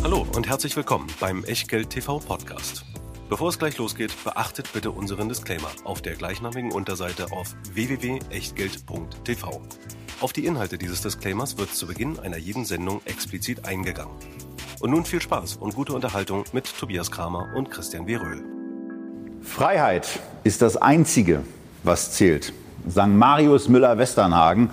Hallo und herzlich willkommen beim Echtgeld TV Podcast. Bevor es gleich losgeht, beachtet bitte unseren Disclaimer auf der gleichnamigen Unterseite auf www.echtgeld.tv. Auf die Inhalte dieses Disclaimers wird zu Beginn einer jeden Sendung explizit eingegangen. Und nun viel Spaß und gute Unterhaltung mit Tobias Kramer und Christian W. Röhl. Freiheit ist das Einzige, was zählt, sang Marius Müller-Westernhagen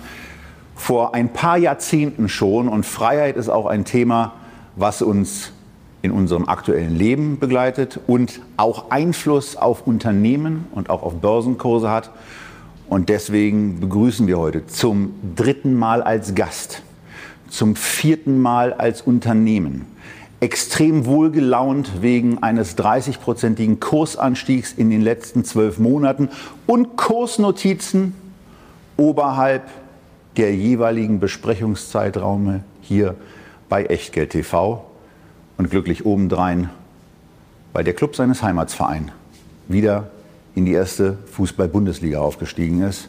vor ein paar Jahrzehnten schon. Und Freiheit ist auch ein Thema, was uns in unserem aktuellen Leben begleitet und auch Einfluss auf Unternehmen und auch auf Börsenkurse hat. Und deswegen begrüßen wir heute zum 3. Mal als Gast, zum 4. Mal als Unternehmen, extrem wohlgelaunt wegen eines 30-prozentigen Kursanstiegs in den letzten 12 Monaten und Kursnotizen oberhalb der jeweiligen Besprechungszeiträume hier bei Echtgeld TV. Und glücklich obendrein, weil der Club seines Heimatsvereins wieder in die erste Fußball-Bundesliga aufgestiegen ist.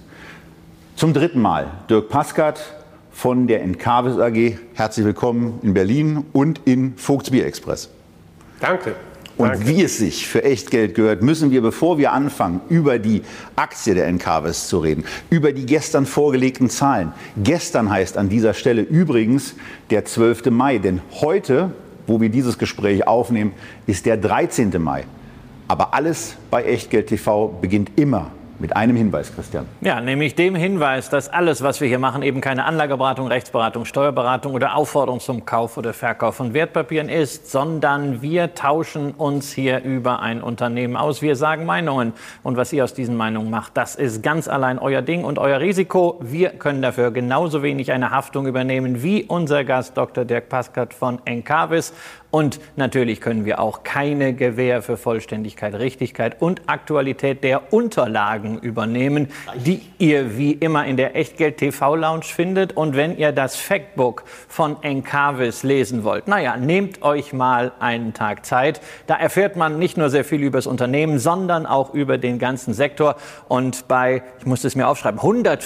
Zum 3. Mal Dirk Paskert von der Encavis AG. Herzlich willkommen in Berlin und in Vogts Bier Express. Danke. Und wie es sich für Echtgeld gehört, müssen wir, bevor wir anfangen, über die Aktie der Encavis zu reden, über die gestern vorgelegten Zahlen. Gestern heißt an dieser Stelle übrigens der 12. Mai, denn heute, wo wir dieses Gespräch aufnehmen, ist der 13. Mai. Aber alles bei Echtgeld TV beginnt immer mit einem Hinweis, Christian. Ja, nämlich dem Hinweis, dass alles, was wir hier machen, eben keine Anlageberatung, Rechtsberatung, Steuerberatung oder Aufforderung zum Kauf oder Verkauf von Wertpapieren ist, sondern wir tauschen uns hier über ein Unternehmen aus. Wir sagen Meinungen und was ihr aus diesen Meinungen macht, das ist ganz allein euer Ding und euer Risiko. Wir können dafür genauso wenig eine Haftung übernehmen wie unser Gast Dr. Dirk Paskert von Encavis. Und natürlich können wir auch keine Gewähr für Vollständigkeit, Richtigkeit und Aktualität der Unterlagen übernehmen, die ihr wie immer in der Echtgeld TV Lounge findet. Und wenn ihr das Factbook von Encavis lesen wollt, nehmt euch mal einen Tag Zeit. Da erfährt man nicht nur sehr viel über das Unternehmen, sondern auch über den ganzen Sektor. Und bei, ich musste es mir aufschreiben,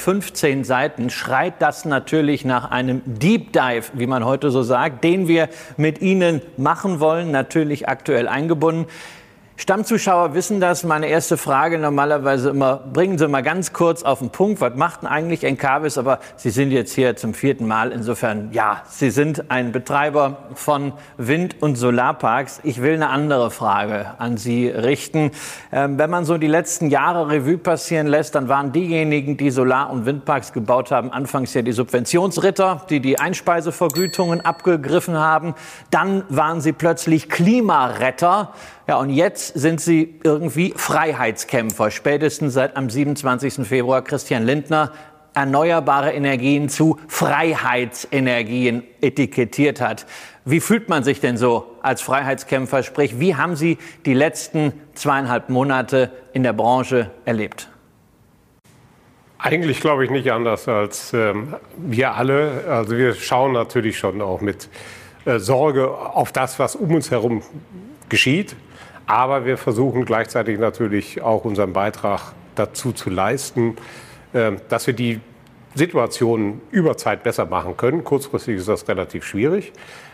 115 Seiten schreit das natürlich nach einem Deep Dive, wie man heute so sagt, den wir mit Ihnen machen wollen, natürlich aktuell eingebunden. Stammzuschauer wissen das. Meine erste Frage normalerweise immer, bringen Sie mal ganz kurz auf den Punkt, was macht denn eigentlich Encavis? Aber Sie sind jetzt hier zum 4. Mal. Insofern, ja, Sie sind ein Betreiber von Wind- und Solarparks. Ich will eine andere Frage an Sie richten. Wenn man so die letzten Jahre Revue passieren lässt, dann waren diejenigen, die Solar- und Windparks gebaut haben, anfangs ja die Subventionsritter, die die Einspeisevergütungen abgegriffen haben. Dann waren sie plötzlich Klimaretter. Ja, und jetzt sind sie irgendwie Freiheitskämpfer, spätestens seit am 27. Februar Christian Lindner erneuerbare Energien zu Freiheitsenergien etikettiert hat. Wie fühlt man sich denn so als Freiheitskämpfer? Sprich, wie haben Sie die letzten 2,5 Monate in der Branche erlebt? Eigentlich glaube ich nicht anders als wir alle. Also wir schauen natürlich schon auch mit Sorge auf das, was um uns herum geschieht. Aber wir versuchen gleichzeitig natürlich auch unseren Beitrag dazu zu leisten, dass wir die Situation über Zeit besser machen können. Kurzfristig ist das relativ schwierig.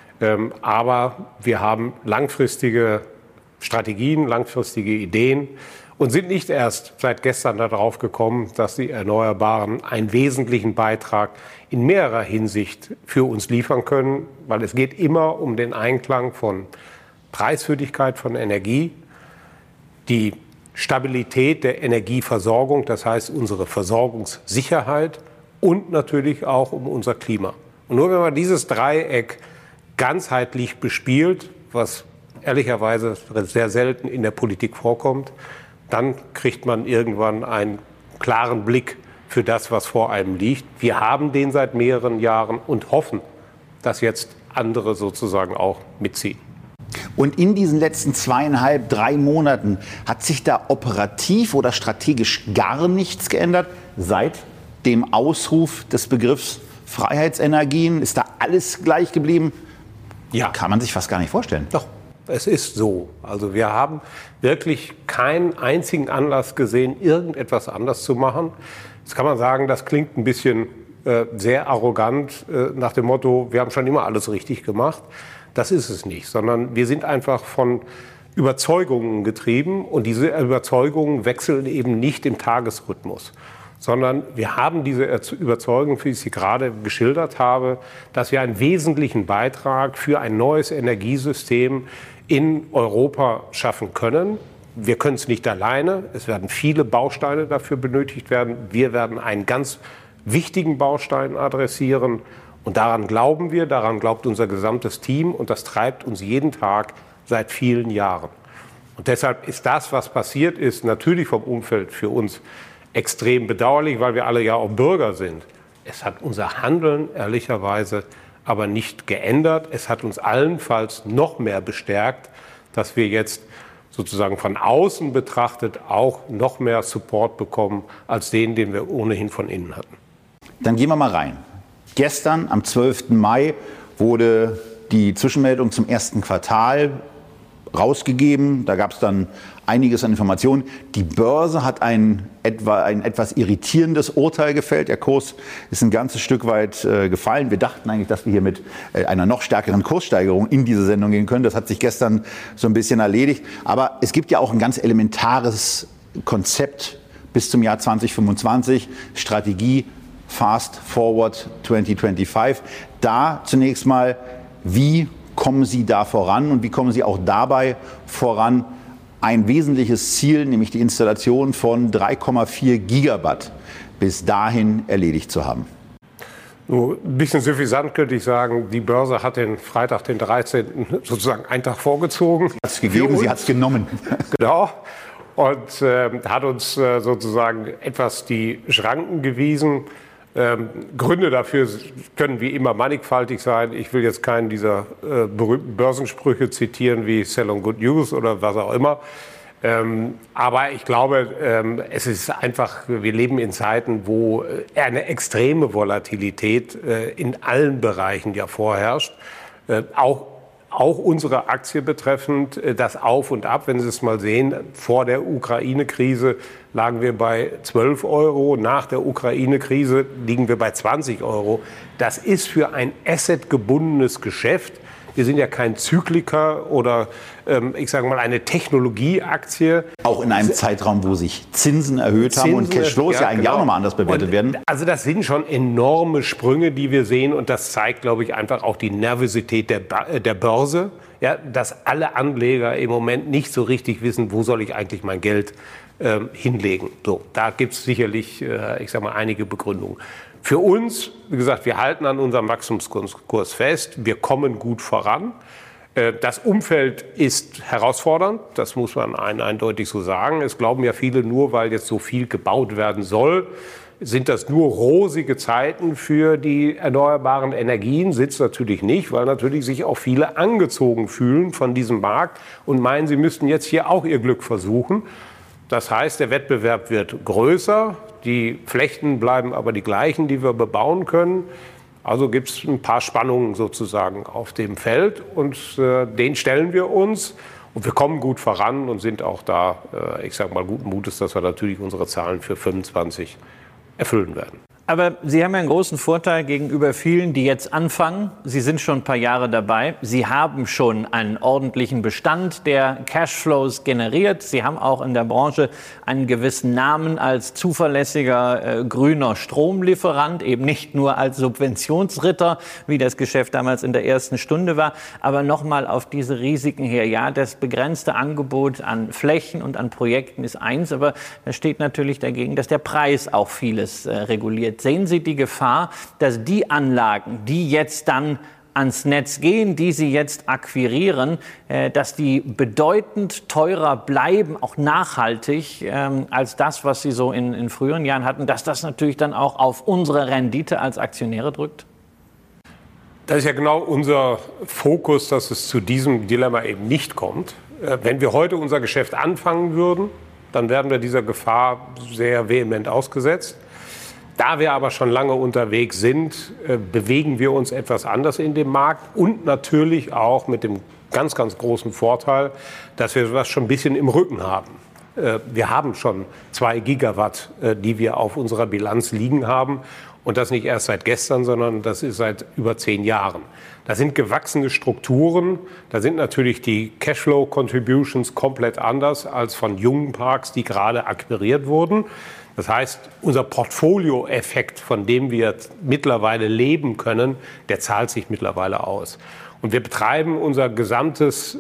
Aber wir haben langfristige Strategien, langfristige Ideen und sind nicht erst seit gestern darauf gekommen, dass die Erneuerbaren einen wesentlichen Beitrag in mehrerer Hinsicht für uns liefern können. Weil es geht immer um den Einklang von Preiswürdigkeit von Energie, die Stabilität der Energieversorgung, das heißt unsere Versorgungssicherheit und natürlich auch um unser Klima. Und nur wenn man dieses Dreieck ganzheitlich bespielt, was ehrlicherweise sehr selten in der Politik vorkommt, dann kriegt man irgendwann einen klaren Blick für das, was vor einem liegt. Wir haben den seit mehreren Jahren und hoffen, dass jetzt andere sozusagen auch mitziehen. Und in diesen letzten 2,5, 3 Monaten hat sich da operativ oder strategisch gar nichts geändert seit dem Ausruf des Begriffs Freiheitsenergien? Ist da alles gleich geblieben? Ja. Kann man sich fast gar nicht vorstellen. Doch, es ist so. Also wir haben wirklich keinen einzigen Anlass gesehen, irgendetwas anders zu machen. Jetzt kann man sagen, das klingt ein bisschen sehr arrogant nach dem Motto, wir haben schon immer alles richtig gemacht. Das ist es nicht, sondern wir sind einfach von Überzeugungen getrieben und diese Überzeugungen wechseln eben nicht im Tagesrhythmus, sondern wir haben diese Überzeugung, wie ich sie gerade geschildert habe, dass wir einen wesentlichen Beitrag für ein neues Energiesystem in Europa schaffen können. Wir können es nicht alleine, es werden viele Bausteine dafür benötigt werden. Wir werden einen ganz wichtigen Baustein adressieren und daran glauben wir, daran glaubt unser gesamtes Team und das treibt uns jeden Tag seit vielen Jahren. Und deshalb ist das, was passiert ist, natürlich vom Umfeld für uns extrem bedauerlich, weil wir alle ja auch Bürger sind. Es hat unser Handeln ehrlicherweise aber nicht geändert. Es hat uns allenfalls noch mehr bestärkt, dass wir jetzt sozusagen von außen betrachtet auch noch mehr Support bekommen als den wir ohnehin von innen hatten. Dann gehen wir mal rein. Gestern, am 12. Mai, wurde die Zwischenmeldung zum ersten Quartal rausgegeben. Da gab es dann einiges an Informationen. Die Börse hat ein etwas irritierendes Urteil gefällt. Der Kurs ist ein ganzes Stück weit gefallen. Wir dachten eigentlich, dass wir hier mit einer noch stärkeren Kurssteigerung in diese Sendung gehen können. Das hat sich gestern so ein bisschen erledigt. Aber es gibt ja auch ein ganz elementares Konzept bis zum Jahr 2025, Strategie Fast Forward 2025. Da zunächst mal, wie kommen Sie da voran und wie kommen Sie auch dabei voran, ein wesentliches Ziel, nämlich die Installation von 3,4 Gigawatt, bis dahin erledigt zu haben? Nur ein bisschen suffisant könnte ich sagen, die Börse hat den Freitag, den 13. sozusagen einen Tag vorgezogen. Hat es gegeben, sie hat es genommen. Genau. Und hat uns sozusagen etwas die Schranken gewiesen. Gründe dafür können wie immer mannigfaltig sein. Ich will jetzt keinen dieser berühmten Börsensprüche zitieren wie Sell on Good News oder was auch immer. Aber ich glaube, es ist einfach, wir leben in Zeiten, wo eine extreme Volatilität in allen Bereichen ja vorherrscht. Auch unsere Aktie betreffend, das Auf und Ab, wenn Sie es mal sehen, vor der Ukraine-Krise lagen wir bei 12 Euro, nach der Ukraine-Krise liegen wir bei 20 Euro. Das ist für ein assetgebundenes Geschäft. Wir sind ja kein Zykliker oder ich sage mal eine Technologieaktie. Auch in einem Zeitraum, wo sich Zinsen erhöht haben und Cashflows ja eigentlich auch nochmal anders bewertet werden. Also das sind schon enorme Sprünge, die wir sehen und das zeigt, glaube ich, einfach auch die Nervosität der Börse. Ja, dass alle Anleger im Moment nicht so richtig wissen, wo soll ich eigentlich mein Geld hinlegen. So, da gibt es sicherlich, ich sage mal, einige Begründungen. Für uns, wie gesagt, wir halten an unserem Wachstumskurs fest. Wir kommen gut voran. Das Umfeld ist herausfordernd, das muss man eindeutig so sagen. Es glauben ja viele, nur weil jetzt so viel gebaut werden soll, sind das nur rosige Zeiten für die erneuerbaren Energien. Sitzt natürlich nicht, weil natürlich sich auch viele angezogen fühlen von diesem Markt und meinen, sie müssten jetzt hier auch ihr Glück versuchen. Das heißt, der Wettbewerb wird größer, die Flächen bleiben aber die gleichen, die wir bebauen können. Also gibt es ein paar Spannungen sozusagen auf dem Feld und den stellen wir uns. Und wir kommen gut voran und sind auch da, ich sage mal, guten Mutes, dass wir natürlich unsere Zahlen für 25 erfüllen werden. Aber Sie haben ja einen großen Vorteil gegenüber vielen, die jetzt anfangen. Sie sind schon ein paar Jahre dabei. Sie haben schon einen ordentlichen Bestand, der Cashflows generiert. Sie haben auch in der Branche einen gewissen Namen als zuverlässiger grüner Stromlieferant, eben nicht nur als Subventionsritter, wie das Geschäft damals in der ersten Stunde war. Aber nochmal auf diese Risiken her. Ja, das begrenzte Angebot an Flächen und an Projekten ist eins, aber da steht natürlich dagegen, dass der Preis auch vieles reguliert. Sehen Sie die Gefahr, dass die Anlagen, die jetzt dann ans Netz gehen, die Sie jetzt akquirieren, dass die bedeutend teurer bleiben, auch nachhaltig, als das, was Sie so in früheren Jahren hatten, dass das natürlich dann auch auf unsere Rendite als Aktionäre drückt? Das ist ja genau unser Fokus, dass es zu diesem Dilemma eben nicht kommt. Wenn wir heute unser Geschäft anfangen würden, dann werden wir dieser Gefahr sehr vehement ausgesetzt. Da wir aber schon lange unterwegs sind, bewegen wir uns etwas anders in dem Markt und natürlich auch mit dem ganz, ganz großen Vorteil, dass wir das schon ein bisschen im Rücken haben. Wir haben schon 2 Gigawatt, die wir auf unserer Bilanz liegen haben Und das nicht erst seit gestern, sondern das ist seit über 10 Jahren. Das sind gewachsene Strukturen. Da sind natürlich die Cashflow-Contributions komplett anders als von jungen Parks, die gerade akquiriert wurden. Das heißt, unser Portfolio-Effekt, von dem wir mittlerweile leben können, der zahlt sich mittlerweile aus. Und wir betreiben unser gesamtes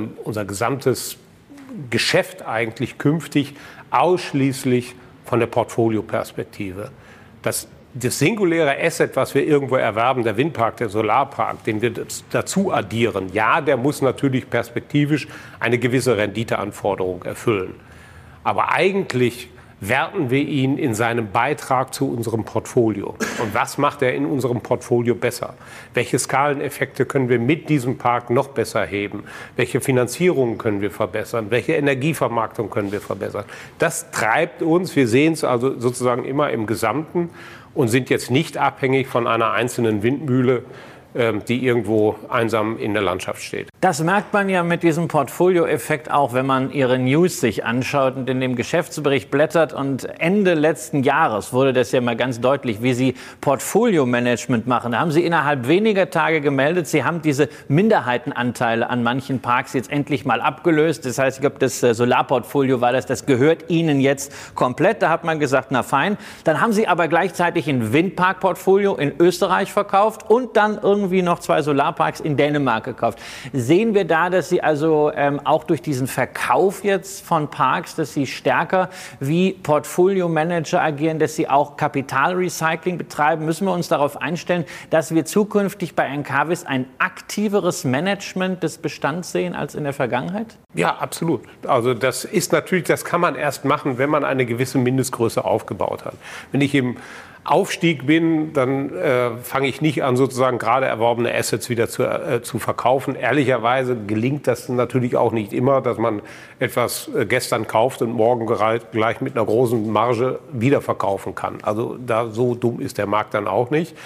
Geschäft eigentlich künftig ausschließlich von der Portfolio-Perspektive. Das singuläre Asset, was wir irgendwo erwerben, der Windpark, der Solarpark, den wir dazu addieren, ja, der muss natürlich perspektivisch eine gewisse Renditeanforderung erfüllen. Aber eigentlich werten wir ihn in seinem Beitrag zu unserem Portfolio. Und was macht er in unserem Portfolio besser? Welche Skaleneffekte können wir mit diesem Park noch besser heben? Welche Finanzierungen können wir verbessern? Welche Energievermarktung können wir verbessern? Das treibt uns, wir sehen es also sozusagen immer im Gesamten und sind jetzt nicht abhängig von einer einzelnen Windmühle, die irgendwo einsam in der Landschaft steht. Das merkt man ja mit diesem Portfolio-Effekt auch, wenn man Ihre News sich anschaut und in dem Geschäftsbericht blättert. Und Ende letzten Jahres wurde das ja mal ganz deutlich, wie Sie Portfolio-Management machen. Da haben Sie innerhalb weniger Tage gemeldet, Sie haben diese Minderheitenanteile an manchen Parks jetzt endlich mal abgelöst. Das heißt, ich glaube, das Solarportfolio war das gehört Ihnen jetzt komplett. Da hat man gesagt, na fein. Dann haben Sie aber gleichzeitig ein Windpark-Portfolio in Österreich verkauft und dann irgendwie noch 2 Solarparks in Dänemark gekauft. Sehen wir da, dass Sie also auch durch diesen Verkauf jetzt von Parks, dass Sie stärker wie Portfolio-Manager agieren, dass Sie auch Kapitalrecycling betreiben? Müssen wir uns darauf einstellen, dass wir zukünftig bei Encavis ein aktiveres Management des Bestands sehen als in der Vergangenheit? Ja, absolut. Also das ist natürlich, das kann man erst machen, wenn man eine gewisse Mindestgröße aufgebaut hat. Wenn ich im Aufstieg bin, dann fange ich nicht an, sozusagen gerade erworbene Assets wieder zu verkaufen. Ehrlicherweise gelingt das natürlich auch nicht immer, dass man etwas gestern kauft und morgen gleich mit einer großen Marge wieder verkaufen kann. Also so dumm ist der Markt dann auch nicht.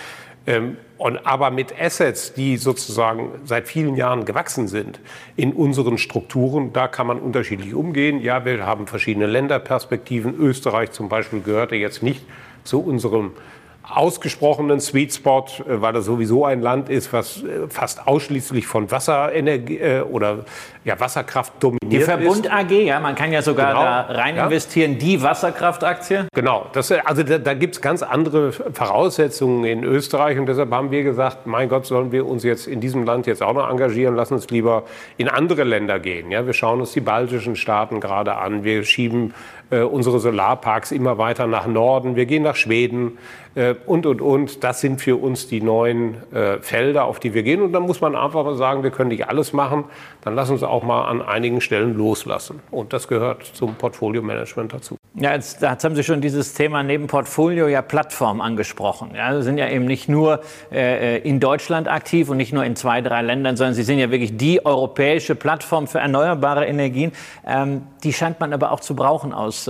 Aber mit Assets, die sozusagen seit vielen Jahren gewachsen sind in unseren Strukturen, da kann man unterschiedlich umgehen. Ja, wir haben verschiedene Länderperspektiven. Österreich zum Beispiel gehörte jetzt nicht zu unserem ausgesprochenen Sweet Spot, weil das sowieso ein Land ist, was fast ausschließlich von Wasserenergie oder Wasserkraft dominiert ist. Die Verbund AG, ja, man kann ja sogar da rein investieren, die Wasserkraftaktie. Genau, da gibt es ganz andere Voraussetzungen in Österreich und deshalb haben wir gesagt, mein Gott, sollen wir uns jetzt in diesem Land jetzt auch noch engagieren, lassen uns lieber in andere Länder gehen. Ja, wir schauen uns die baltischen Staaten gerade an, wir schieben unsere Solarparks immer weiter nach Norden, wir gehen nach Schweden und. Das sind für uns die neuen Felder, auf die wir gehen. Und dann muss man einfach mal sagen, wir können nicht alles machen, dann lassen uns auch mal an einigen Stellen loslassen. Und das gehört zum Portfolio-Management dazu. Ja, jetzt haben Sie schon dieses Thema neben Portfolio Plattform angesprochen. Ja, Sie sind ja eben nicht nur in Deutschland aktiv und nicht nur in 2, 3 Ländern, sondern Sie sind ja wirklich die europäische Plattform für erneuerbare Energien. Die scheint man aber auch zu brauchen aus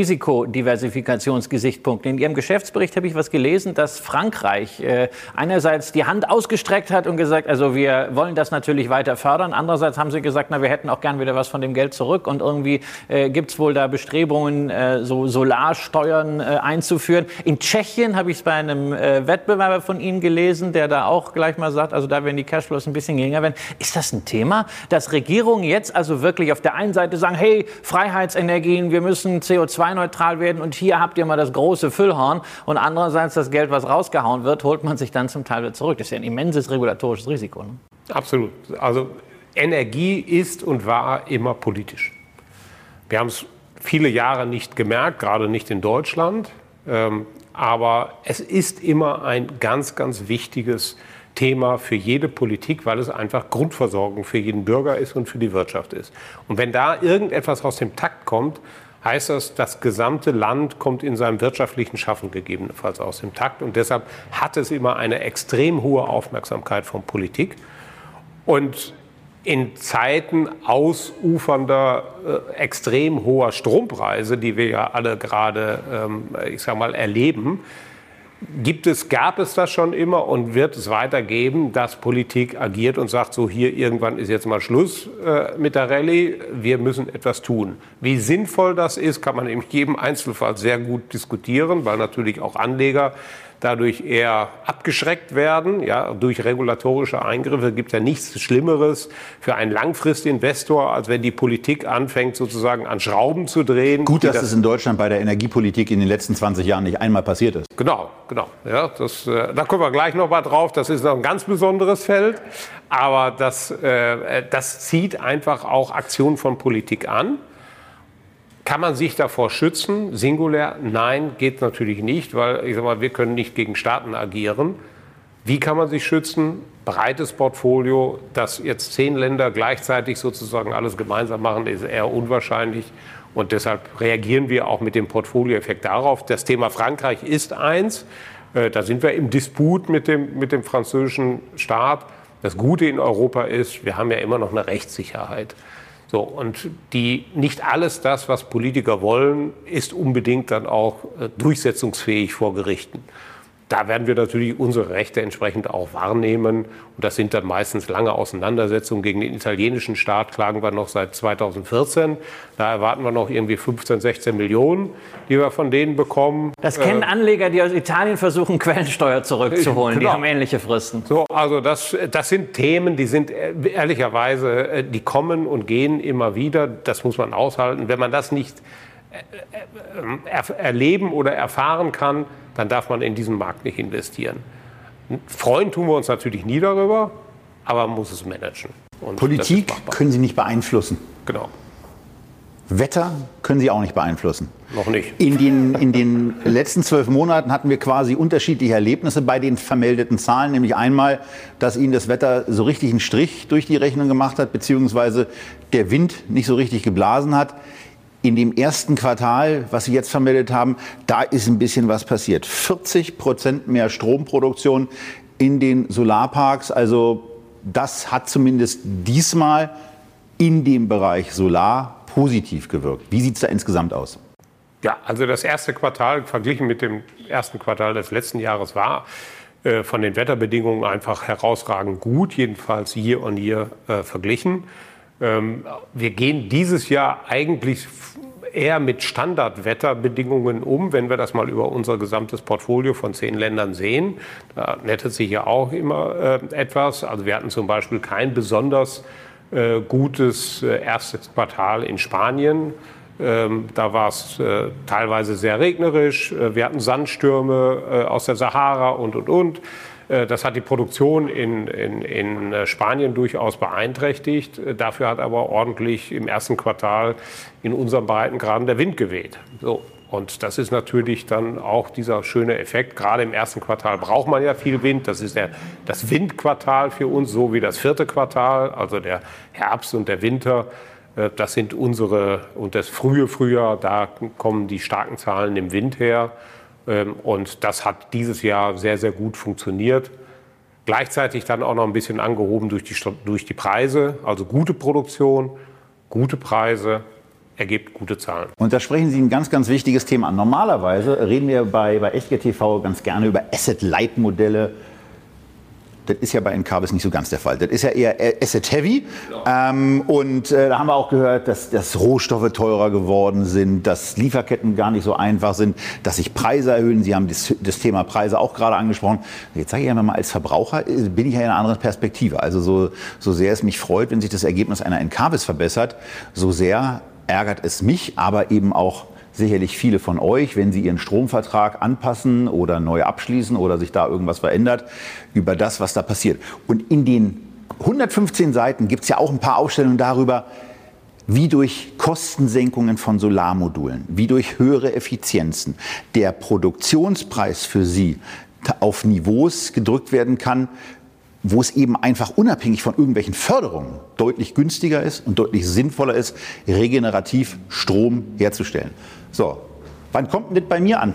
Risikodiversifikationsgesichtspunkten. In Ihrem Geschäftsbericht habe ich was gelesen, dass Frankreich einerseits die Hand ausgestreckt hat und gesagt, also wir wollen das natürlich weiter fördern. Andererseits haben Sie gesagt, na, wir hätten auch gern wieder was von dem Geld zurück. Und irgendwie gibt es wohl da Bestrebungen, so Solarsteuern einzuführen. In Tschechien habe ich es bei einem Wettbewerber von Ihnen gelesen, der da auch gleich mal sagt, also da werden die Cashflows ein bisschen geringer werden. Ist das ein Thema, dass Regierungen jetzt also wirklich auf der einen Seite sagen, hey, Freiheitsenergien, wir müssen CO2-neutral werden und hier habt ihr mal das große Füllhorn und andererseits das Geld, was rausgehauen wird, holt man sich dann zum Teil wieder zurück. Das ist ja ein immenses regulatorisches Risiko. Ne? Absolut. Also Energie ist und war immer politisch. Wir haben es viele Jahre nicht gemerkt, gerade nicht in Deutschland. Aber es ist immer ein ganz, ganz wichtiges Thema für jede Politik, weil es einfach Grundversorgung für jeden Bürger ist und für die Wirtschaft ist. Und wenn da irgendetwas aus dem Takt kommt, heißt das, das gesamte Land kommt in seinem wirtschaftlichen Schaffen gegebenenfalls aus dem Takt. Und deshalb hat es immer eine extrem hohe Aufmerksamkeit von Politik. Und in Zeiten ausufernder, extrem hoher Strompreise, die wir ja alle gerade, erleben, gab es das schon immer und wird es weitergeben, dass Politik agiert und sagt, so hier irgendwann ist jetzt mal Schluss mit der Rallye, wir müssen etwas tun. Wie sinnvoll das ist, kann man in jedem Einzelfall sehr gut diskutieren, weil natürlich auch Anleger dadurch eher abgeschreckt werden, ja, durch regulatorische Eingriffe. Es gibt ja nichts Schlimmeres für einen Langfristinvestor, als wenn die Politik anfängt, sozusagen an Schrauben zu drehen. Gut, dass das in Deutschland bei der Energiepolitik in den letzten 20 Jahren nicht einmal passiert ist. Genau. Ja, da kommen wir gleich noch mal drauf. Das ist noch ein ganz besonderes Feld. Aber das zieht einfach auch Aktionen von Politik an. Kann man sich davor schützen? Singulär? Nein, geht natürlich nicht, weil ich sag mal, wir können nicht gegen Staaten agieren. Wie kann man sich schützen? Breites Portfolio, dass jetzt 10 Länder gleichzeitig sozusagen alles gemeinsam machen, ist eher unwahrscheinlich. Und deshalb reagieren wir auch mit dem Portfolioeffekt darauf. Das Thema Frankreich ist eins. Da sind wir im Disput mit dem französischen Staat. Das Gute in Europa ist, wir haben ja immer noch eine Rechtssicherheit. So, und nicht alles das, was Politiker wollen, ist unbedingt dann auch durchsetzungsfähig vor Gerichten. Da werden wir natürlich unsere Rechte entsprechend auch wahrnehmen. Und das sind dann meistens lange Auseinandersetzungen. Gegen den italienischen Staat klagen wir noch seit 2014. Da erwarten wir noch irgendwie 15, 16 Millionen, die wir von denen bekommen. Das kennen Anleger, die aus Italien versuchen, Quellensteuer zurückzuholen. Genau. Die haben ähnliche Fristen. So, also das sind Themen, die sind ehrlicherweise, die kommen und gehen immer wieder. Das muss man aushalten. Wenn man das nicht erleben oder erfahren kann, dann darf man in diesen Markt nicht investieren. Freuen tun wir uns natürlich nie darüber, aber man muss es managen. Und Politik können Sie nicht beeinflussen. Genau. Wetter können Sie auch nicht beeinflussen. Noch nicht. In den letzten 12 Monaten hatten wir quasi unterschiedliche Erlebnisse bei den vermeldeten Zahlen. Nämlich einmal, dass Ihnen das Wetter so richtig einen Strich durch die Rechnung gemacht hat, beziehungsweise der Wind nicht so richtig geblasen hat. In dem ersten Quartal, was Sie jetzt vermeldet haben, da ist ein bisschen was passiert. 40% mehr Stromproduktion in den Solarparks. Also das hat zumindest diesmal in dem Bereich Solar positiv gewirkt. Wie sieht es da insgesamt aus? Ja, also das erste Quartal verglichen mit dem ersten Quartal des letzten Jahres war von den Wetterbedingungen einfach herausragend gut, jedenfalls year on year verglichen. Wir gehen dieses Jahr eigentlich eher mit Standardwetterbedingungen um, wenn wir das mal über unser gesamtes Portfolio von 10 Ländern sehen. Da nettet sich ja auch immer etwas. Also wir hatten zum Beispiel kein besonders gutes erstes Quartal in Spanien. Da war es teilweise sehr regnerisch. Wir hatten Sandstürme aus der Sahara und. Das hat die Produktion in Spanien durchaus beeinträchtigt. Dafür hat aber ordentlich im ersten Quartal in unseren Breitengraden der Wind geweht. So. Und das ist natürlich dann auch dieser schöne Effekt. Gerade im ersten Quartal braucht man ja viel Wind. Das ist das Windquartal für uns, so wie das vierte Quartal, also der Herbst und der Winter. Das sind unsere, und das frühe Frühjahr, da kommen die starken Zahlen im Wind her. Und das hat dieses Jahr sehr, sehr gut funktioniert. Gleichzeitig dann auch noch ein bisschen angehoben durch die Preise. Also gute Produktion, gute Preise, ergibt gute Zahlen. Und da sprechen Sie ein ganz, ganz wichtiges Thema an. Normalerweise reden wir bei Echtgeld TV ganz gerne über Asset-Light-Modelle. Das ist ja bei Encavis nicht so ganz der Fall. Das ist ja eher Asset-Heavy. Genau. Da haben wir auch gehört, dass Rohstoffe teurer geworden sind, dass Lieferketten gar nicht so einfach sind, dass sich Preise erhöhen. Sie haben das Thema Preise auch gerade angesprochen. Jetzt sage ich einfach mal, als Verbraucher bin ich ja in einer anderen Perspektive. Also so sehr es mich freut, wenn sich das Ergebnis einer Encavis verbessert, so sehr ärgert es mich, aber eben auch sicherlich viele von euch, wenn sie ihren Stromvertrag anpassen oder neu abschließen oder sich da irgendwas verändert, über das, was da passiert. Und in den 115 Seiten gibt es ja auch ein paar Aufstellungen darüber, wie durch Kostensenkungen von Solarmodulen, wie durch höhere Effizienzen der Produktionspreis für sie auf Niveaus gedrückt werden kann, wo es eben einfach unabhängig von irgendwelchen Förderungen deutlich günstiger ist und deutlich sinnvoller ist, regenerativ Strom herzustellen. So, wann kommt denn das bei mir an?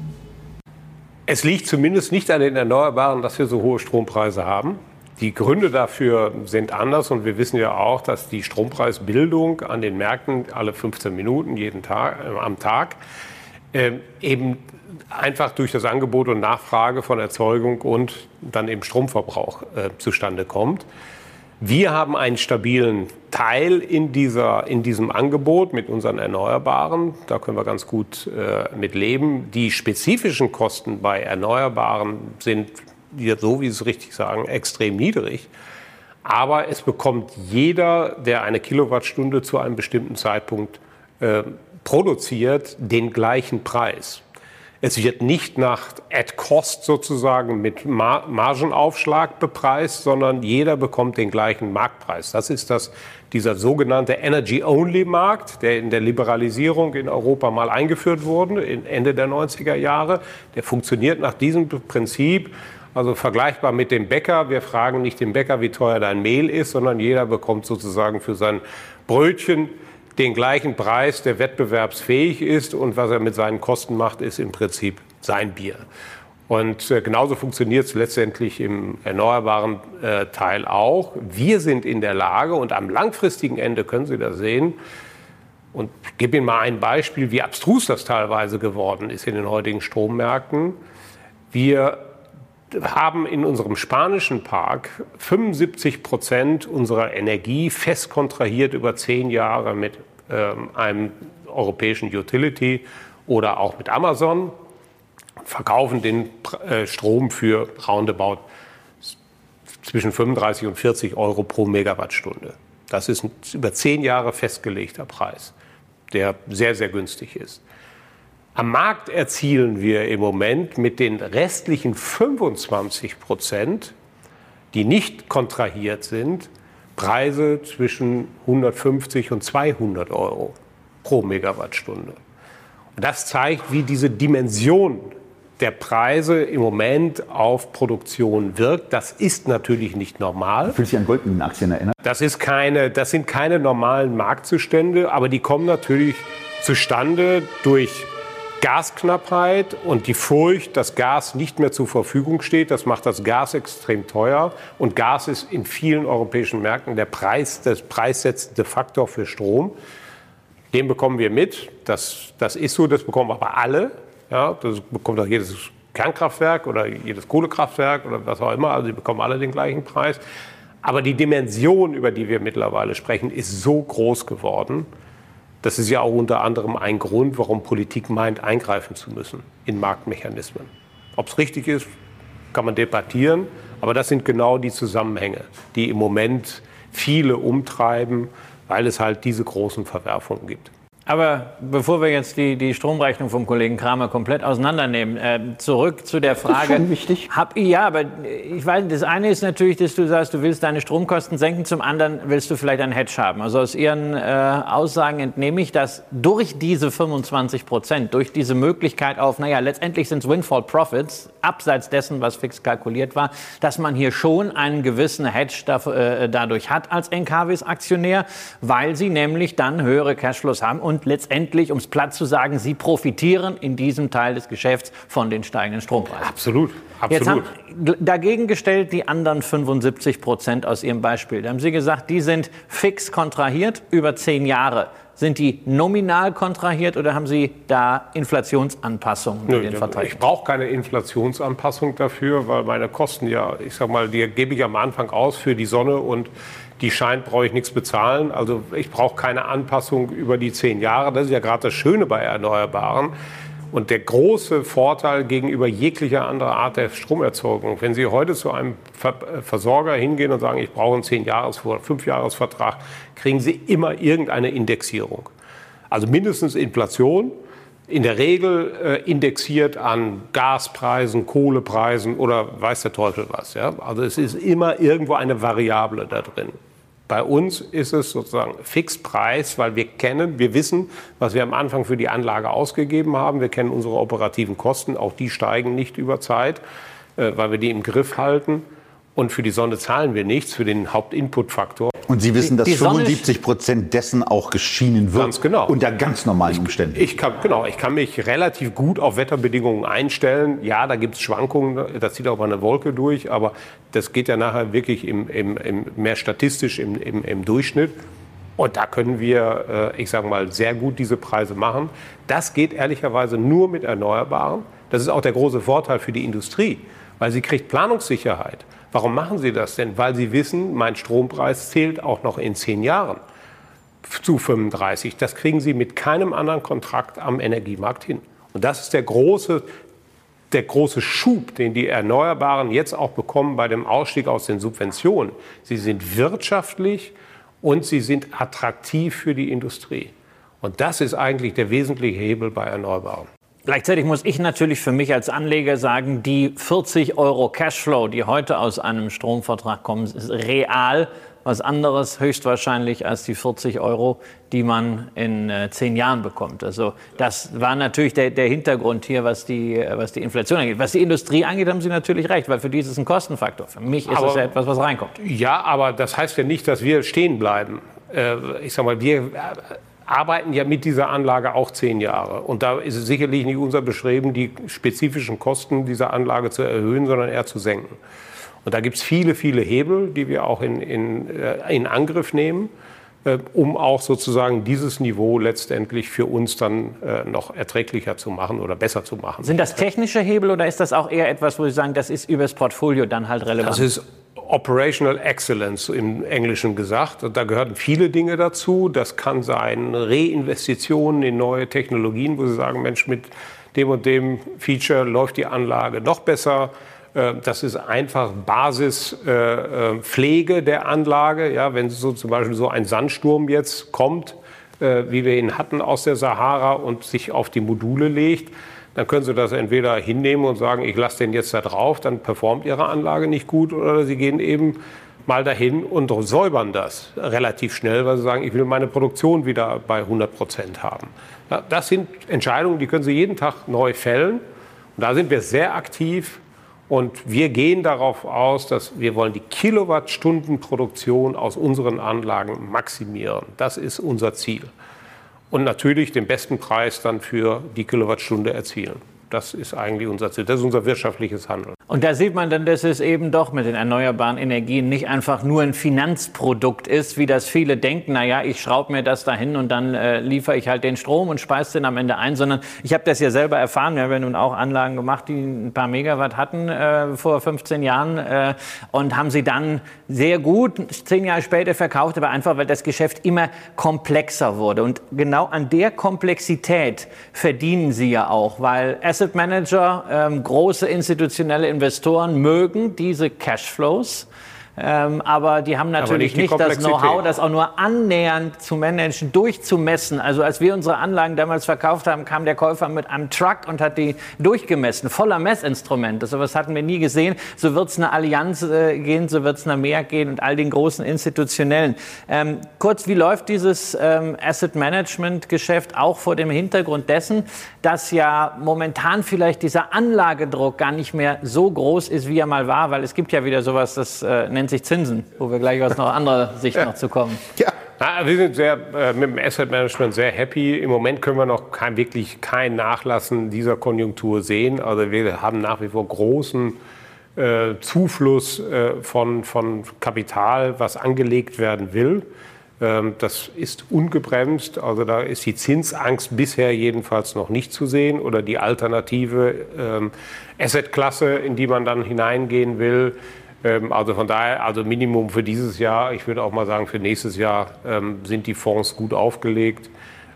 Es liegt zumindest nicht an den Erneuerbaren, dass wir so hohe Strompreise haben. Die Gründe dafür sind anders und wir wissen ja auch, dass die Strompreisbildung an den Märkten alle 15 Minuten am Tag eben einfach durch das Angebot und Nachfrage von Erzeugung und dann eben Stromverbrauch zustande kommt. Wir haben einen stabilen Teil in diesem Angebot mit unseren Erneuerbaren. Da können wir ganz gut mit leben. Die spezifischen Kosten bei Erneuerbaren sind, so wie Sie es richtig sagen, extrem niedrig. Aber es bekommt jeder, der eine Kilowattstunde zu einem bestimmten Zeitpunkt produziert, den gleichen Preis. Es wird nicht nach at cost sozusagen mit Margenaufschlag bepreist, sondern jeder bekommt den gleichen Marktpreis. Das ist dieser sogenannte Energy-Only-Markt, der in der Liberalisierung in Europa mal eingeführt wurde, Ende der 90er Jahre. Der funktioniert nach diesem Prinzip, also vergleichbar mit dem Bäcker. Wir fragen nicht den Bäcker, wie teuer dein Mehl ist, sondern jeder bekommt sozusagen für sein Brötchen den gleichen Preis, der wettbewerbsfähig ist, und was er mit seinen Kosten macht, ist im Prinzip sein Bier. Und genauso funktioniert es letztendlich im erneuerbaren Teil auch. Wir sind in der Lage, und am langfristigen Ende können Sie das sehen, und ich gebe Ihnen mal ein Beispiel, wie abstrus das teilweise geworden ist in den heutigen Strommärkten. Wir haben in unserem spanischen Park 75% unserer Energie fest kontrahiert über 10 Jahre mit einem europäischen Utility oder auch mit Amazon, verkaufen den Strom für roundabout zwischen 35 und 40 Euro pro Megawattstunde. Das ist ein über 10 Jahre festgelegter Preis, der sehr, sehr günstig ist. Am Markt erzielen wir im Moment mit den restlichen 25%, die nicht kontrahiert sind, Preise zwischen 150 und 200 Euro pro Megawattstunde. Und das zeigt, wie diese Dimension der Preise im Moment auf Produktion wirkt. Das ist natürlich nicht normal. Fühlt sich an Goldminenaktien erinnern? Das sind keine normalen Marktzustände, aber die kommen natürlich zustande durch Gasknappheit und die Furcht, dass Gas nicht mehr zur Verfügung steht. Das macht das Gas extrem teuer. Und Gas ist in vielen europäischen Märkten der preissetzende Faktor für Strom. Den bekommen wir mit. Das ist so, das bekommen aber alle. Ja, das bekommt auch jedes Kernkraftwerk oder jedes Kohlekraftwerk oder was auch immer. Also die bekommen alle den gleichen Preis. Aber die Dimension, über die wir mittlerweile sprechen, ist so groß geworden. Das ist ja auch unter anderem ein Grund, warum Politik meint, eingreifen zu müssen in Marktmechanismen. Ob es richtig ist, kann man debattieren. Aber das sind genau die Zusammenhänge, die im Moment viele umtreiben, weil es halt diese großen Verwerfungen gibt. Aber bevor wir jetzt die Stromrechnung vom Kollegen Kramer komplett auseinandernehmen, zurück zu der Frage. Das ist schon wichtig. Ja, aber ich weiß, das eine ist natürlich, dass du sagst, du willst deine Stromkosten senken, zum anderen willst du vielleicht einen Hedge haben. Also aus Ihren Aussagen entnehme ich, dass durch diese 25%, durch diese Möglichkeit auf, letztendlich sind es Windfall Profits, abseits dessen, was fix kalkuliert war, dass man hier schon einen gewissen Hedge dadurch hat als Encavis Aktionär, weil sie nämlich dann höhere Cashflows haben und letztendlich, um es platt zu sagen, sie profitieren in diesem Teil des Geschäfts von den steigenden Strompreisen. Absolut. Jetzt haben dagegen gestellt die anderen 75% aus Ihrem Beispiel. Da haben Sie gesagt, die sind fix kontrahiert über 10 Jahre. Sind die nominal kontrahiert oder haben Sie da Inflationsanpassungen in den Verträgen? Ich brauche keine Inflationsanpassung dafür, weil meine Kosten die gebe ich am Anfang aus für die Sonne und die scheint, brauche ich nichts bezahlen. Also ich brauche keine Anpassung über die 10 Jahre. Das ist ja gerade das Schöne bei Erneuerbaren. Und der große Vorteil gegenüber jeglicher anderer Art der Stromerzeugung, wenn Sie heute zu einem Versorger hingehen und sagen, ich brauche einen 10-Jahres- oder 5-Jahres-Vertrag, kriegen Sie immer irgendeine Indexierung. Also mindestens Inflation, in der Regel indexiert an Gaspreisen, Kohlepreisen oder weiß der Teufel was. Ja? Also es ist immer irgendwo eine Variable da drin. Bei uns ist es sozusagen Fixpreis, weil wir wissen, was wir am Anfang für die Anlage ausgegeben haben. Wir kennen unsere operativen Kosten, auch die steigen nicht über Zeit, weil wir die im Griff halten. Und für die Sonne zahlen wir nichts, für den Hauptinputfaktor. Und Sie wissen, dass 75% dessen auch geschienen wird. Ganz genau. Unter ganz normalen Umständen. Ich kann mich relativ gut auf Wetterbedingungen einstellen. Ja, da gibt es Schwankungen, das zieht auch mal eine Wolke durch, aber das geht ja nachher wirklich mehr statistisch im Durchschnitt. Und da können wir, sehr gut diese Preise machen. Das geht ehrlicherweise nur mit Erneuerbaren. Das ist auch der große Vorteil für die Industrie, weil sie kriegt Planungssicherheit. Warum machen sie das denn? Weil sie wissen, mein Strompreis zählt auch noch in 10 Jahren zu 35. Das kriegen sie mit keinem anderen Kontrakt am Energiemarkt hin. Und das ist der große Schub, den die Erneuerbaren jetzt auch bekommen bei dem Ausstieg aus den Subventionen. Sie sind wirtschaftlich und sie sind attraktiv für die Industrie. Und das ist eigentlich der wesentliche Hebel bei Erneuerbaren. Gleichzeitig muss ich natürlich für mich als Anleger sagen, die 40 € Cashflow, die heute aus einem Stromvertrag kommen, ist real was anderes höchstwahrscheinlich als die 40 €, die man in 10 Jahren bekommt. Also das war natürlich der Hintergrund hier, was die Inflation angeht. Was die Industrie angeht, haben Sie natürlich recht, weil für die ist es ein Kostenfaktor. Für mich ist es ja etwas, was reinkommt. Ja, aber das heißt ja nicht, dass wir stehen bleiben. Ich sag mal, wir arbeiten ja mit dieser Anlage auch 10 Jahre. Und da ist es sicherlich nicht unser Bestreben, die spezifischen Kosten dieser Anlage zu erhöhen, sondern eher zu senken. Und da gibt es viele, viele Hebel, die wir auch in Angriff nehmen, um auch sozusagen dieses Niveau letztendlich für uns dann noch erträglicher zu machen oder besser zu machen. Sind das technische Hebel oder ist das auch eher etwas, wo Sie sagen, das ist übers Portfolio dann halt relevant? Das ist Operational Excellence im Englischen gesagt. Da gehören viele Dinge dazu. Das kann sein Reinvestitionen in neue Technologien, wo Sie sagen, Mensch, mit dem und dem Feature läuft die Anlage noch besser. Das ist einfach Basispflege der Anlage. Ja, wenn so zum Beispiel so ein Sandsturm jetzt kommt, wie wir ihn hatten aus der Sahara und sich auf die Module legt, dann können Sie das entweder hinnehmen und sagen, ich lasse den jetzt da drauf, dann performt Ihre Anlage nicht gut, oder Sie gehen eben mal dahin und säubern das relativ schnell, weil Sie sagen, ich will meine Produktion wieder bei 100% haben. Ja, das sind Entscheidungen, die können Sie jeden Tag neu fällen. Und da sind wir sehr aktiv. Und wir gehen darauf aus, dass wir wollen die Kilowattstundenproduktion aus unseren Anlagen maximieren. Das ist unser Ziel. Und natürlich den besten Preis dann für die Kilowattstunde erzielen. Das ist eigentlich unser Ziel. Das ist unser wirtschaftliches Handeln. Und da sieht man dann, dass es eben doch mit den erneuerbaren Energien nicht einfach nur ein Finanzprodukt ist, wie das viele denken. Naja, ich schraube mir das dahin und dann liefere ich halt den Strom und speise den am Ende ein. Sondern ich habe das ja selber erfahren. Wir haben ja nun auch Anlagen gemacht, die ein paar Megawatt hatten vor 15 Jahren und haben sie dann sehr gut 10 Jahre später verkauft, aber einfach, weil das Geschäft immer komplexer wurde. Und genau an der Komplexität verdienen sie ja auch, weil Asset Manager, große institutionelle Investoren mögen diese Cashflows, aber die haben natürlich nicht das Know-how, das auch nur annähernd zu managen, durchzumessen. Also als wir unsere Anlagen damals verkauft haben, kam der Käufer mit einem Truck und hat die durchgemessen, voller Messinstrumente. So was hatten wir nie gesehen. So wird es eine Allianz gehen, so wird es eine Mehr gehen und all den großen institutionellen. Kurz, wie läuft dieses Asset Management Geschäft auch vor dem Hintergrund dessen, dass ja momentan vielleicht dieser Anlagedruck gar nicht mehr so groß ist, wie er mal war, weil es gibt ja wieder sowas, das nennt sich Zinsen, wo wir gleich aus einer anderen Sicht noch zu kommen. Ja. Wir sind mit dem Asset Management sehr happy. Im Moment können wir noch wirklich kein Nachlassen dieser Konjunktur sehen. Also wir haben nach wie vor großen Zufluss von Kapital, was angelegt werden will. Das ist ungebremst. Also da ist die Zinsangst bisher jedenfalls noch nicht zu sehen oder die alternative Assetklasse, in die man dann hineingehen will. Also von daher, also Minimum für dieses Jahr, ich würde auch mal sagen, für nächstes Jahr sind die Fonds gut aufgelegt.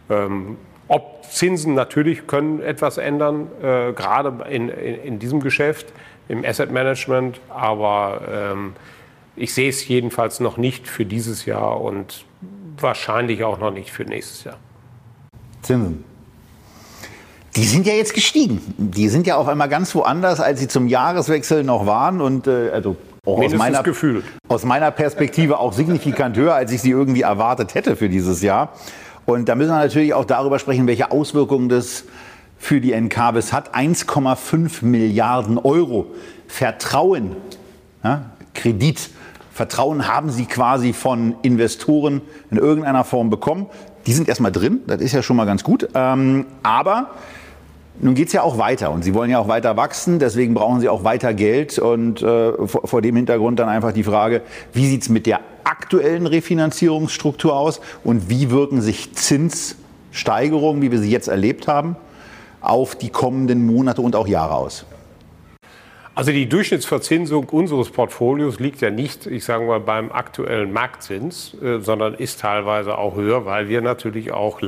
Ob Zinsen natürlich können etwas ändern, gerade in diesem Geschäft, im Asset Management, aber ich sehe es jedenfalls noch nicht für dieses Jahr und wahrscheinlich auch noch nicht für nächstes Jahr. Zinsen. Die sind ja jetzt gestiegen. Die sind ja auf einmal ganz woanders, als sie zum Jahreswechsel noch waren. Und also auch aus meiner Perspektive auch signifikant höher, als ich sie irgendwie erwartet hätte für dieses Jahr. Und da müssen wir natürlich auch darüber sprechen, welche Auswirkungen das für die Encavis hat. 1,5 Milliarden Euro Vertrauen, ja, Kredit. Vertrauen haben sie quasi von Investoren in irgendeiner Form bekommen. Die sind erstmal drin, das ist ja schon mal ganz gut. Aber nun geht es ja auch weiter und sie wollen ja auch weiter wachsen, deswegen brauchen sie auch weiter Geld. Und vor dem Hintergrund dann einfach die Frage, wie sieht es mit der aktuellen Refinanzierungsstruktur aus und wie wirken sich Zinssteigerungen, wie wir sie jetzt erlebt haben, auf die kommenden Monate und auch Jahre aus? Also die Durchschnittsverzinsung unseres Portfolios liegt ja nicht, ich sage mal, beim aktuellen Marktzins, sondern ist teilweise auch höher, weil wir natürlich auch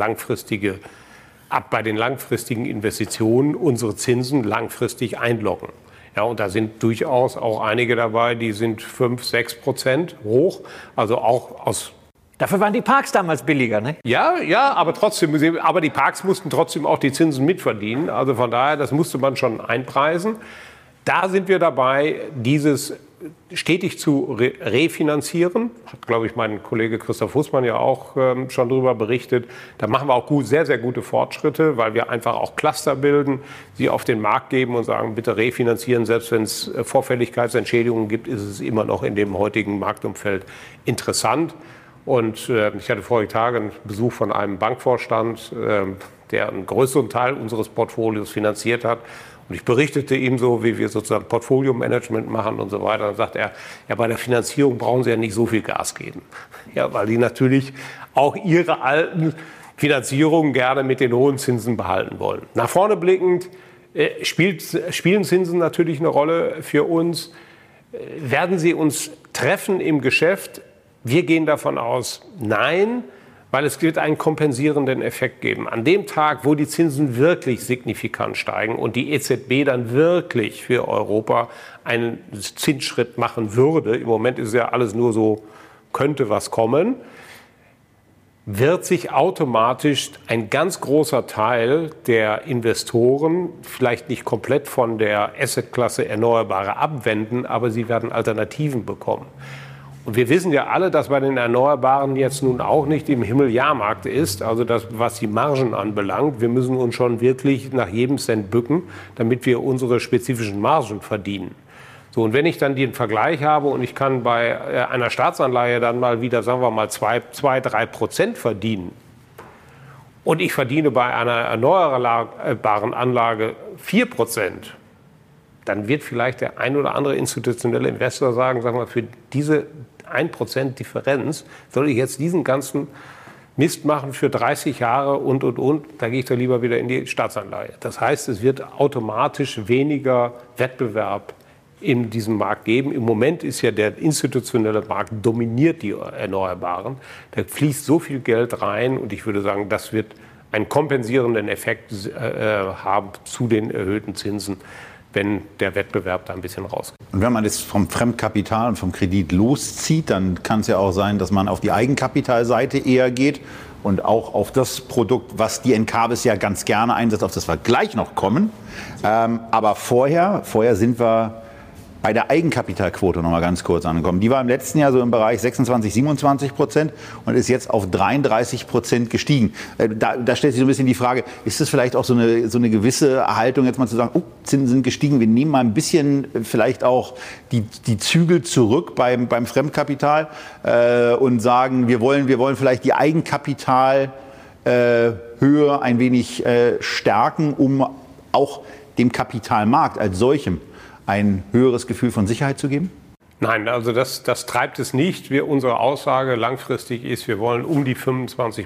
bei den langfristigen Investitionen unsere Zinsen langfristig einloggen. Ja, und da sind durchaus auch einige dabei, die sind 5-6% hoch, also auch aus. Dafür waren die Parks damals billiger, ne? Ja, aber trotzdem, aber die Parks mussten trotzdem auch die Zinsen mitverdienen. Also von daher, das musste man schon einpreisen. Da sind wir dabei, dieses stetig zu refinanzieren. Hat, glaube ich, mein Kollege Christoph Hussmann ja auch schon darüber berichtet. Da machen wir auch sehr, sehr gute Fortschritte, weil wir einfach auch Cluster bilden, sie auf den Markt geben und sagen, bitte refinanzieren. Selbst wenn es Vorfälligkeitsentschädigungen gibt, ist es immer noch in dem heutigen Marktumfeld interessant. Und ich hatte vorige Tage einen Besuch von einem Bankvorstand, der einen größeren Teil unseres Portfolios finanziert hat. Und ich berichtete ihm so, wie wir sozusagen Portfolio-Management machen und so weiter. Dann sagt er, ja, bei der Finanzierung brauchen Sie ja nicht so viel Gas geben. Ja, weil die natürlich auch ihre alten Finanzierungen gerne mit den hohen Zinsen behalten wollen. Nach vorne blickend spielen Zinsen natürlich eine Rolle für uns. Werden sie uns treffen im Geschäft? Wir gehen davon aus, nein. Weil es wird einen kompensierenden Effekt geben. An dem Tag, wo die Zinsen wirklich signifikant steigen und die EZB dann wirklich für Europa einen Zinsschritt machen würde, im Moment ist ja alles nur so, könnte was kommen, wird sich automatisch ein ganz großer Teil der Investoren vielleicht nicht komplett von der Assetklasse Erneuerbare abwenden, aber sie werden Alternativen bekommen. Und wir wissen ja alle, dass bei den Erneuerbaren jetzt nun auch nicht im Himmel-Jahrmarkt ist, also das, was die Margen anbelangt. Wir müssen uns schon wirklich nach jedem Cent bücken, damit wir unsere spezifischen Margen verdienen. So, und wenn ich dann den Vergleich habe und ich kann bei einer Staatsanleihe dann mal wieder, sagen wir mal, 2-3% verdienen und ich verdiene bei einer erneuerbaren Anlage 4%, dann wird vielleicht der ein oder andere institutionelle Investor sagen, sag mal, für diese 1% Differenz soll ich jetzt diesen ganzen Mist machen für 30 Jahre und, da gehe ich doch lieber wieder in die Staatsanleihe. Das heißt, es wird automatisch weniger Wettbewerb in diesem Markt geben. Im Moment ist ja der institutionelle Markt dominiert die Erneuerbaren. Da fließt so viel Geld rein und ich würde sagen, das wird einen kompensierenden Effekt haben zu den erhöhten Zinsen, wenn der Wettbewerb da ein bisschen rausgeht. Und wenn man das vom Fremdkapital und vom Kredit loszieht, dann kann es ja auch sein, dass man auf die Eigenkapitalseite eher geht und auch auf das Produkt, was die Encavis ja ganz gerne einsetzt, auf das wir gleich noch kommen. Aber vorher sind wir bei der Eigenkapitalquote noch mal ganz kurz angekommen. Die war im letzten Jahr so im Bereich 26-27% und ist jetzt auf 33% gestiegen. Da stellt sich so ein bisschen die Frage, ist es vielleicht auch so eine gewisse Haltung, jetzt mal zu sagen, Zinsen sind gestiegen, wir nehmen mal ein bisschen vielleicht auch die Zügel zurück beim Fremdkapital und sagen, wir wollen vielleicht die Eigenkapitalhöhe ein wenig stärken, um auch dem Kapitalmarkt als solchem ein höheres Gefühl von Sicherheit zu geben? Nein, also das treibt es nicht. Unsere Aussage langfristig ist, wir wollen um die 25%,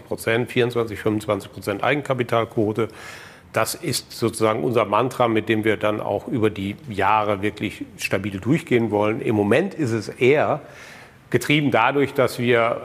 24-25% Eigenkapitalquote. Das ist sozusagen unser Mantra, mit dem wir dann auch über die Jahre wirklich stabil durchgehen wollen. Im Moment ist es eher getrieben dadurch, dass wir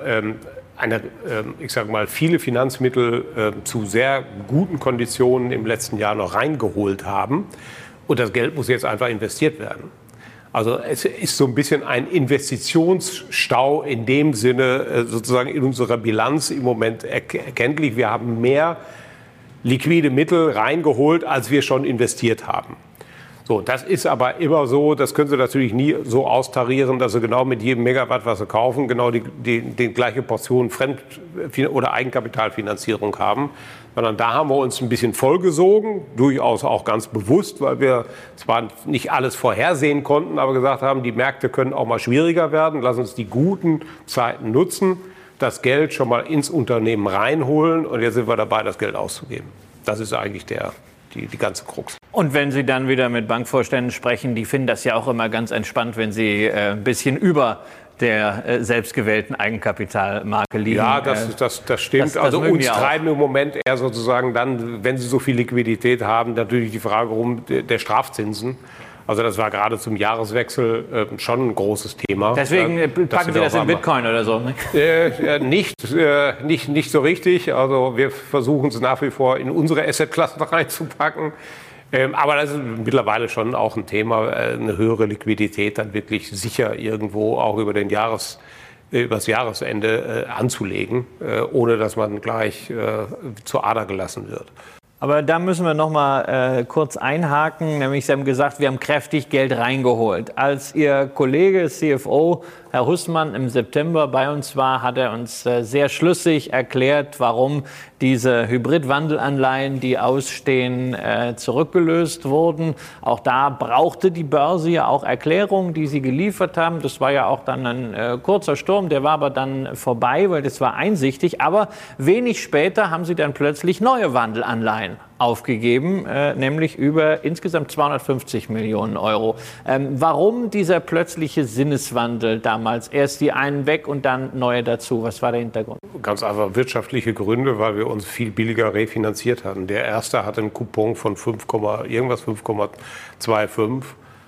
viele Finanzmittel zu sehr guten Konditionen im letzten Jahr noch reingeholt haben. Und das Geld muss jetzt einfach investiert werden. Also es ist so ein bisschen ein Investitionsstau in dem Sinne sozusagen in unserer Bilanz im Moment erkenntlich. Wir haben mehr liquide Mittel reingeholt, als wir schon investiert haben. So, das ist aber immer so, das können Sie natürlich nie so austarieren, dass Sie genau mit jedem Megawatt, was Sie kaufen, genau die gleiche Portion Fremd- oder Eigenkapitalfinanzierung haben. Sondern da haben wir uns ein bisschen vollgesogen, durchaus auch ganz bewusst, weil wir zwar nicht alles vorhersehen konnten, aber gesagt haben, die Märkte können auch mal schwieriger werden. Lass uns die guten Zeiten nutzen, das Geld schon mal ins Unternehmen reinholen und jetzt sind wir dabei, das Geld auszugeben. Das ist eigentlich die ganze Krux. Und wenn Sie dann wieder mit Bankvorständen sprechen, die finden das ja auch immer ganz entspannt, wenn Sie ein bisschen über der selbstgewählten Eigenkapitalmarke liegen. Ja, das stimmt. Also uns treiben im Moment eher sozusagen dann, wenn Sie so viel Liquidität haben, natürlich die Frage der Strafzinsen. Also das war gerade zum Jahreswechsel schon ein großes Thema. Deswegen packen Sie das in Bitcoin oder so? Ne? Nicht so richtig. Also wir versuchen es nach wie vor in unsere Assetklassen reinzupacken. Aber das ist mittlerweile schon auch ein Thema, eine höhere Liquidität dann wirklich sicher irgendwo auch übers Jahresende anzulegen, ohne dass man gleich zur Ader gelassen wird. Aber da müssen wir noch mal kurz einhaken, nämlich Sie haben gesagt, wir haben kräftig Geld reingeholt. Als Ihr Kollege CFO, Herr Hussmann, im September bei uns war, hat er uns sehr schlüssig erklärt, warum diese Hybridwandelanleihen, die ausstehen, zurückgelöst wurden. Auch da brauchte die Börse ja auch Erklärungen, die Sie geliefert haben. Das war ja auch dann ein kurzer Sturm, der war aber dann vorbei, weil das war einsichtig. Aber wenig später haben Sie dann plötzlich neue Wandelanleihen aufgegeben, nämlich über insgesamt 250 Millionen Euro. Warum dieser plötzliche Sinneswandel damals? Erst die einen weg und dann neue dazu. Was war der Hintergrund? Ganz einfach wirtschaftliche Gründe, weil wir uns viel billiger refinanziert hatten. Der erste hatte einen Coupon von 5,25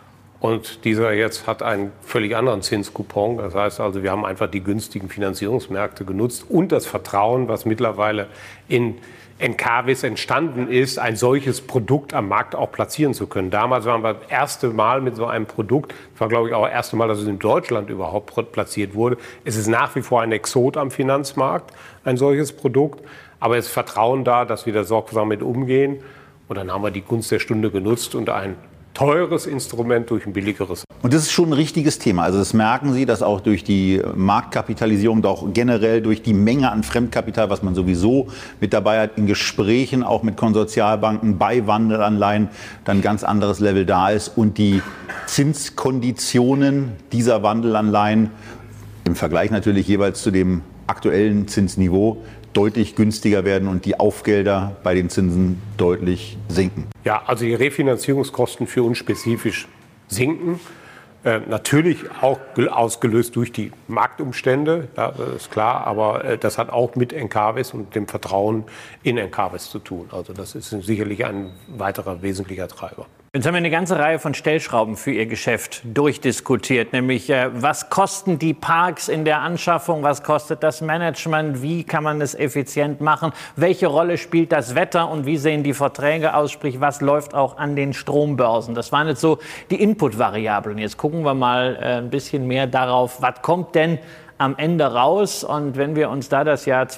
und dieser jetzt hat einen völlig anderen Zinscoupon. Das heißt also, wir haben einfach die günstigen Finanzierungsmärkte genutzt und das Vertrauen, was mittlerweile in Encavis entstanden ist, ein solches Produkt am Markt auch platzieren zu können. Damals waren wir das erste Mal mit so einem Produkt, das war glaube ich auch das erste Mal, dass es in Deutschland überhaupt platziert wurde. Es ist nach wie vor ein Exot am Finanzmarkt, ein solches Produkt, aber es ist Vertrauen da, dass wir da sorgsam mit umgehen. Und dann haben wir die Gunst der Stunde genutzt und ein teures Instrument durch ein billigeres. Und das ist schon ein richtiges Thema. Also das merken Sie, dass auch durch die Marktkapitalisierung, auch generell durch die Menge an Fremdkapital, was man sowieso mit dabei hat, in Gesprächen auch mit Konsortialbanken bei Wandelanleihen, dann ein ganz anderes Level da ist und die Zinskonditionen dieser Wandelanleihen im Vergleich natürlich jeweils zu dem aktuellen Zinsniveau deutlich günstiger werden und die Aufgelder bei den Zinsen deutlich sinken. Ja, also die Refinanzierungskosten für uns spezifisch sinken. Natürlich auch ausgelöst durch die Marktumstände, ja, das ist klar, aber das hat auch mit Encavis und dem Vertrauen in Encavis zu tun. Also das ist sicherlich ein weiterer wesentlicher Treiber. Jetzt haben wir eine ganze Reihe von Stellschrauben für Ihr Geschäft durchdiskutiert, nämlich was kosten die Parks in der Anschaffung, was kostet das Management, wie kann man es effizient machen, welche Rolle spielt das Wetter und wie sehen die Verträge aus, sprich was läuft auch an den Strombörsen. Das waren jetzt so die Inputvariablen. Jetzt gucken wir mal ein bisschen mehr darauf, was kommt denn am Ende raus. Und wenn wir uns da das Jahr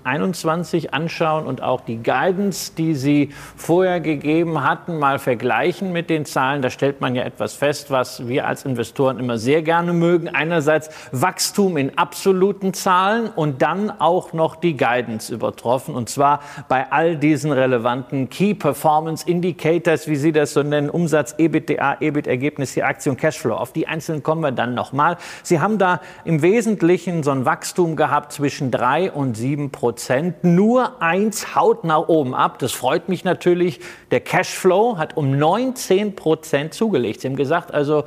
2021 anschauen und auch die Guidance, die Sie vorher gegeben hatten, mal vergleichen mit den Zahlen, da stellt man ja etwas fest, was wir als Investoren immer sehr gerne mögen. Einerseits Wachstum in absoluten Zahlen und dann auch noch die Guidance übertroffen. Und zwar bei all diesen relevanten Key Performance Indicators, wie Sie das so nennen, Umsatz, EBITDA, EBIT-Ergebnis, die Aktie und Cashflow. Auf die einzelnen kommen wir dann nochmal. Sie haben da im Wesentlichen so ein Wachstum gehabt zwischen 3 und 7%. Nur eins haut nach oben ab. Das freut mich natürlich. Der Cashflow hat um 19% zugelegt. Sie haben gesagt, also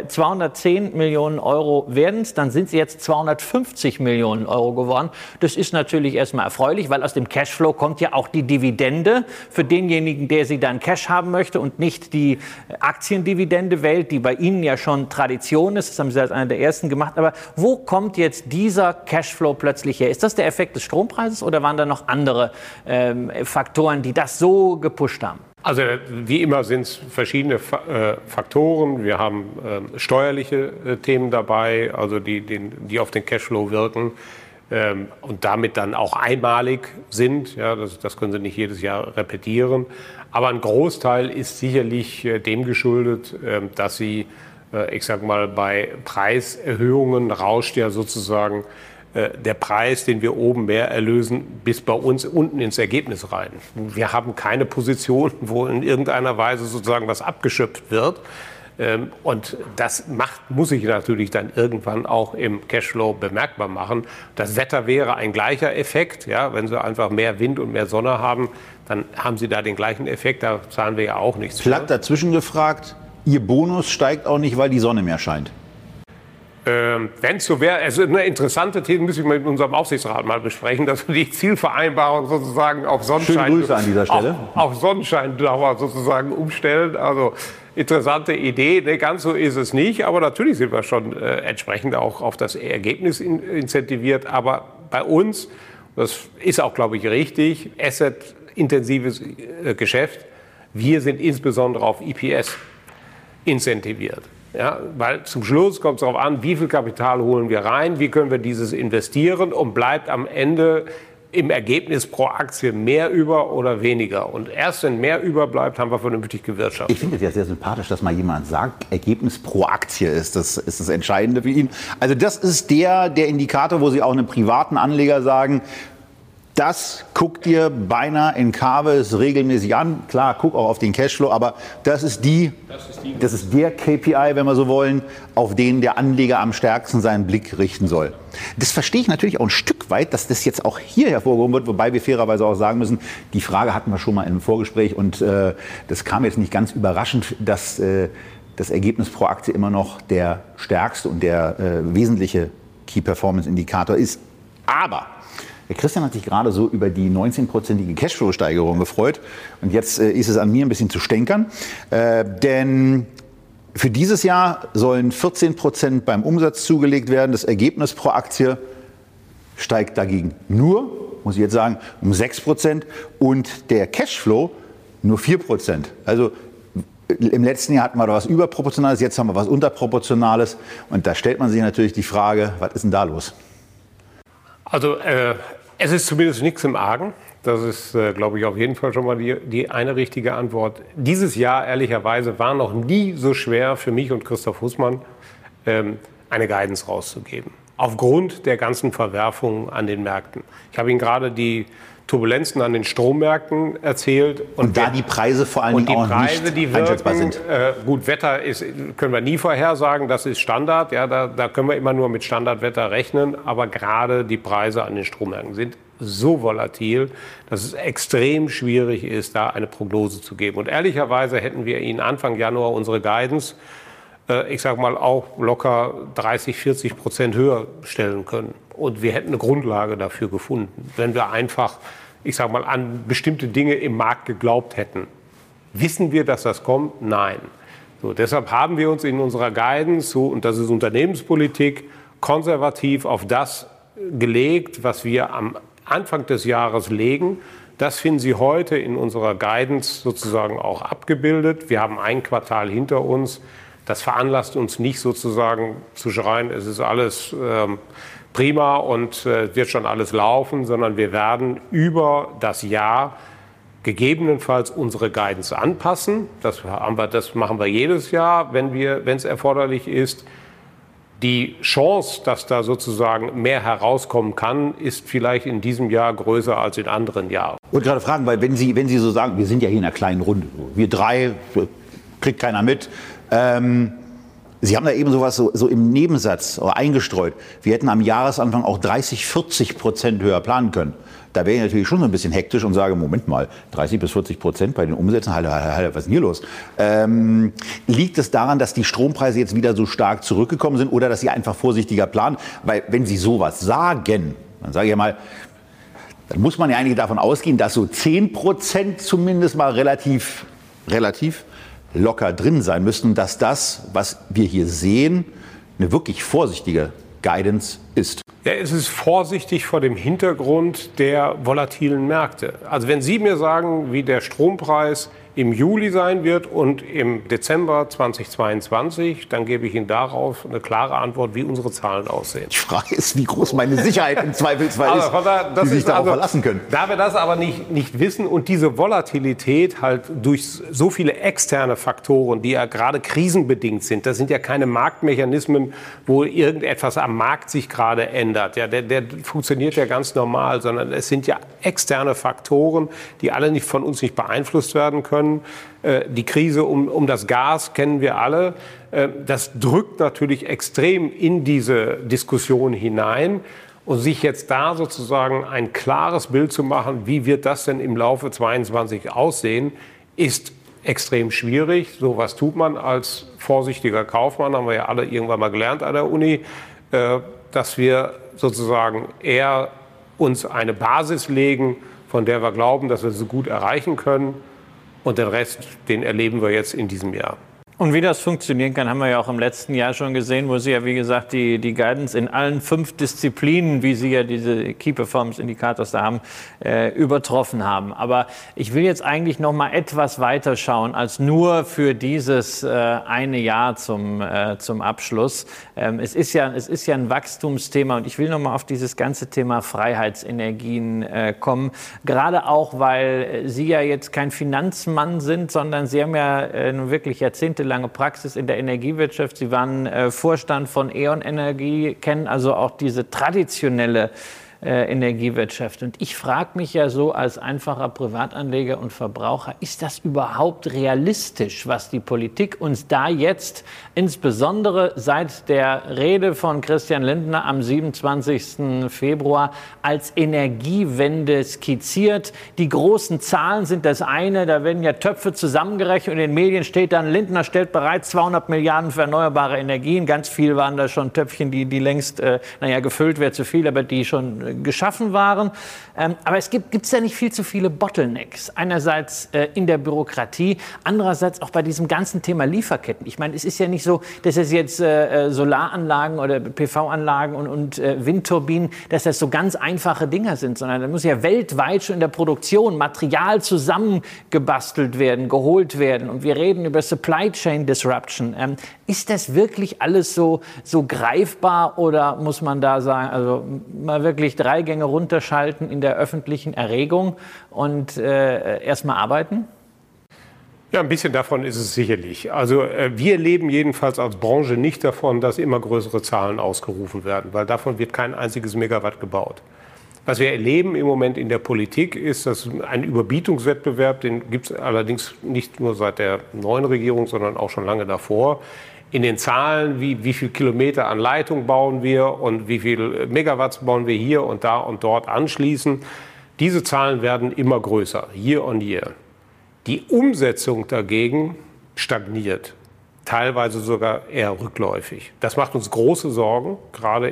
210 Millionen Euro werden es. Dann sind sie jetzt 250 Millionen Euro geworden. Das ist natürlich erstmal erfreulich, weil aus dem Cashflow kommt ja auch die Dividende für denjenigen, der sie dann Cash haben möchte und nicht die Aktiendividende wählt, die bei Ihnen ja schon Tradition ist. Das haben Sie als einer der ersten gemacht. Aber wo kommt jetzt dieser Cashflow plötzlich her? Ist das der Effekt des Strompreises oder waren da noch andere Faktoren, die das so gepusht haben? Also wie immer sind es verschiedene Faktoren. Wir haben steuerliche Themen dabei, also die auf den Cashflow wirken und damit dann auch einmalig sind. Ja, das können Sie nicht jedes Jahr repetieren. Aber ein Großteil ist sicherlich dem geschuldet, dass Sie ich sag mal, bei Preiserhöhungen rauscht ja sozusagen der Preis, den wir oben mehr erlösen, bis bei uns unten ins Ergebnis rein. Wir haben keine Position, wo in irgendeiner Weise sozusagen was abgeschöpft wird. Und das muss sich natürlich dann irgendwann auch im Cashflow bemerkbar machen. Das Wetter wäre ein gleicher Effekt. Ja, wenn Sie einfach mehr Wind und mehr Sonne haben, dann haben Sie da den gleichen Effekt. Da zahlen wir ja auch nichts für. Platt dazwischen gefragt. Ihr Bonus steigt auch nicht, weil die Sonne mehr scheint. Wenn es so wäre, also eine interessante These müssen wir mit unserem Aufsichtsrat mal besprechen, dass wir die Zielvereinbarung sozusagen auf Sonnenschein, schöne Grüße an dieser Stelle. Auf Sonnenscheindauer sozusagen umstellen. Also interessante Idee. Ne, ganz so ist es nicht, aber natürlich sind wir schon entsprechend auch auf das Ergebnis incentiviert. Aber bei uns, das ist auch, glaube ich, richtig, asset-intensives Geschäft, wir sind insbesondere auf EPS incentiviert. Ja, weil zum Schluss kommt es darauf an, wie viel Kapital holen wir rein, wie können wir dieses investieren und bleibt am Ende im Ergebnis pro Aktie mehr über oder weniger. Und erst wenn mehr überbleibt, haben wir vernünftig gewirtschaftet. Ich finde es ja sehr sympathisch, dass mal jemand sagt, Ergebnis pro Aktie ist das Entscheidende für ihn. Also das ist der Indikator, wo Sie auch einem privaten Anleger sagen, das guckt dir beinahe in Carves regelmäßig an. Klar, guck auch auf den Cashflow, aber das ist der KPI, wenn wir so wollen, auf den der Anleger am stärksten seinen Blick richten soll. Das verstehe ich natürlich auch ein Stück weit, dass das jetzt auch hier hervorgehoben wird, wobei wir fairerweise auch sagen müssen, die Frage hatten wir schon mal im Vorgespräch und das kam jetzt nicht ganz überraschend, dass das Ergebnis pro Aktie immer noch der stärkste und der wesentliche Key-Performance-Indikator ist. Aber der Christian hat sich gerade so über die 19-prozentige Cashflow-Steigerung gefreut. Und jetzt ist es an mir ein bisschen zu stänkern. Denn für dieses Jahr sollen 14% beim Umsatz zugelegt werden. Das Ergebnis pro Aktie steigt dagegen nur, muss ich jetzt sagen, um 6%. Und der Cashflow nur 4%. Also im letzten Jahr hatten wir da was Überproportionales, jetzt haben wir was Unterproportionales. Und da stellt man sich natürlich die Frage, was ist denn da los? Also es ist zumindest nichts im Argen. Das ist, glaube ich, auf jeden Fall schon mal die eine richtige Antwort. Dieses Jahr, ehrlicherweise, war noch nie so schwer für mich und Christoph Hussmann, eine Guidance rauszugeben. Aufgrund der ganzen Verwerfungen an den Märkten. Ich habe Ihnen gerade die Turbulenzen an den Strommärkten erzählt. Und da die Preise vor allen Dingen auch nicht einschätzbar sind. Gut, Wetter können wir nie vorhersagen, das ist Standard. Ja, da können wir immer nur mit Standardwetter rechnen. Aber gerade die Preise an den Strommärkten sind so volatil, dass es extrem schwierig ist, da eine Prognose zu geben. Und ehrlicherweise hätten wir Ihnen Anfang Januar unsere Guidance, ich sage mal, auch locker 30-40% höher stellen können. Und wir hätten eine Grundlage dafür gefunden, wenn wir einfach, ich sage mal, an bestimmte Dinge im Markt geglaubt hätten. Wissen wir, dass das kommt? Nein. So, deshalb haben wir uns in unserer Guidance, so, und das ist Unternehmenspolitik, konservativ auf das gelegt, was wir am Anfang des Jahres legen. Das finden Sie heute in unserer Guidance sozusagen auch abgebildet. Wir haben ein Quartal hinter uns. Das veranlasst uns nicht sozusagen zu schreien, es ist alles prima und wird schon alles laufen, sondern wir werden über das Jahr gegebenenfalls unsere Guidance anpassen. Das machen wir jedes Jahr, wenn es erforderlich ist. Die Chance, dass da sozusagen mehr herauskommen kann, ist vielleicht in diesem Jahr größer als in anderen Jahren. Und gerade fragen, weil wenn Sie so sagen, wir sind ja hier in einer kleinen Runde, wir drei, kriegt keiner mit. Sie haben da eben sowas so im Nebensatz eingestreut. Wir hätten am Jahresanfang auch 30-40% höher planen können. Da wäre ich natürlich schon so ein bisschen hektisch und sage, Moment mal, 30-40% bei den Umsätzen, was ist denn hier los? Liegt es daran, dass die Strompreise jetzt wieder so stark zurückgekommen sind oder dass Sie einfach vorsichtiger planen? Weil wenn Sie sowas sagen, dann sage ich ja mal, dann muss man ja eigentlich davon ausgehen, dass so 10% zumindest mal relativ locker drin sein müssten, dass das, was wir hier sehen, eine wirklich vorsichtige Guidance ist. Ja, es ist vorsichtig vor dem Hintergrund der volatilen Märkte. Also wenn Sie mir sagen, wie der Strompreis im Juli sein wird und im Dezember 2022, dann gebe ich Ihnen darauf eine klare Antwort, wie unsere Zahlen aussehen. Die Frage ist, wie groß meine Sicherheit im Zweifelsfall ist, die sich darauf verlassen können. Da wir das aber nicht wissen und diese Volatilität halt durch so viele externe Faktoren, die ja gerade krisenbedingt sind, das sind ja keine Marktmechanismen, wo irgendetwas am Markt sich gerade ändert. Ja, der funktioniert ja ganz normal, sondern es sind ja externe Faktoren, die alle nicht von uns nicht beeinflusst werden können. Die Krise um das Gas kennen wir alle. Das drückt natürlich extrem in diese Diskussion hinein. Und sich jetzt da sozusagen ein klares Bild zu machen, wie wird das denn im Laufe 2022 aussehen, ist extrem schwierig. So was tut man als vorsichtiger Kaufmann, haben wir ja alle irgendwann mal gelernt an der Uni, dass wir sozusagen eher uns eine Basis legen, von der wir glauben, dass wir sie gut erreichen können. Und den Rest, den erleben wir jetzt in diesem Jahr. Und wie das funktionieren kann, haben wir ja auch im letzten Jahr schon gesehen, wo Sie ja, wie gesagt, die Guidance in allen 5 Disziplinen, wie Sie ja diese Key Performance Indicators da haben, übertroffen haben. Aber ich will jetzt eigentlich noch mal etwas weiter schauen als nur für dieses eine Jahr zum Abschluss. Es ist ja ein Wachstumsthema und ich will noch mal auf dieses ganze Thema Freiheitsenergien kommen. Gerade auch, weil Sie ja jetzt kein Finanzmann sind, sondern Sie haben ja nun wirklich jahrzehntelange Praxis in der Energiewirtschaft. Sie waren Vorstand von E.ON Energie, kennen also auch diese traditionelle Energiewirtschaft. Und ich frage mich ja so als einfacher Privatanleger und Verbraucher, ist das überhaupt realistisch, was die Politik uns da jetzt, insbesondere seit der Rede von Christian Lindner am 27. Februar, als Energiewende skizziert? Die großen Zahlen sind das eine, da werden ja Töpfe zusammengerechnet und in den Medien steht dann, Lindner stellt bereits 200 Milliarden für erneuerbare Energien. Ganz viel waren da schon Töpfchen, die längst, gefüllt wäre zu viel, aber die schon geschaffen waren. Aber es gibt ja nicht viel zu viele Bottlenecks. Einerseits in der Bürokratie, andererseits auch bei diesem ganzen Thema Lieferketten. Ich meine, es ist ja nicht so, dass es jetzt Solaranlagen oder PV-Anlagen und Windturbinen, dass das so ganz einfache Dinger sind, sondern da muss ja weltweit schon in der Produktion Material zusammengebastelt werden, geholt werden. Und wir reden über Supply Chain Disruption. Ist das wirklich alles so greifbar oder muss man da sagen, also mal wirklich 3 Gänge runterschalten in der öffentlichen Erregung und erstmal arbeiten? Ja, ein bisschen davon ist es sicherlich. Also wir leben jedenfalls als Branche nicht davon, dass immer größere Zahlen ausgerufen werden, weil davon wird kein einziges Megawatt gebaut. Was wir erleben im Moment in der Politik ist, dass ein Überbietungswettbewerb, den gibt es allerdings nicht nur seit der neuen Regierung, sondern auch schon lange davor. In den Zahlen, wie viel Kilometer an Leitung bauen wir und wie viel Megawatts bauen wir hier und da und dort anschließen. Diese Zahlen werden immer größer, year on year. Die Umsetzung dagegen stagniert, teilweise sogar eher rückläufig. Das macht uns große Sorgen, gerade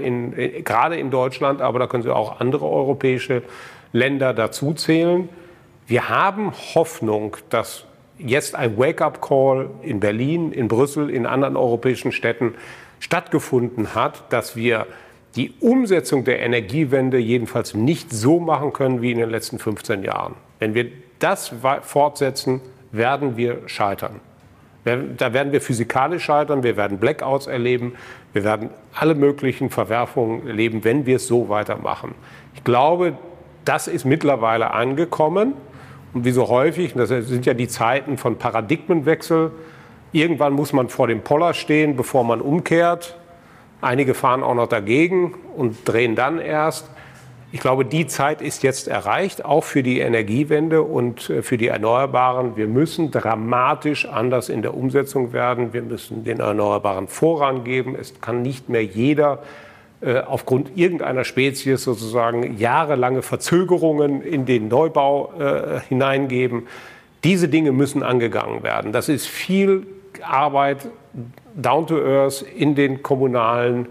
in Deutschland, aber da können Sie auch andere europäische Länder dazu zählen. Wir haben Hoffnung, dass jetzt ein Wake-up-Call in Berlin, in Brüssel, in anderen europäischen Städten stattgefunden hat, dass wir die Umsetzung der Energiewende jedenfalls nicht so machen können wie in den letzten 15 Jahren. Wenn wir das fortsetzen, werden wir scheitern. Da werden wir physikalisch scheitern, wir werden Blackouts erleben, wir werden alle möglichen Verwerfungen erleben, wenn wir es so weitermachen. Ich glaube, das ist mittlerweile angekommen. Und wie so häufig, das sind ja die Zeiten von Paradigmenwechsel, irgendwann muss man vor dem Poller stehen, bevor man umkehrt. Einige fahren auch noch dagegen und drehen dann erst. Ich glaube, die Zeit ist jetzt erreicht, auch für die Energiewende und für die Erneuerbaren. Wir müssen dramatisch anders in der Umsetzung werden. Wir müssen den Erneuerbaren Vorrang geben. Es kann nicht mehr jeder aufgrund irgendeiner Spezies sozusagen jahrelange Verzögerungen in den Neubau hineingeben. Diese Dinge müssen angegangen werden. Das ist viel Arbeit, down to earth, in den kommunalen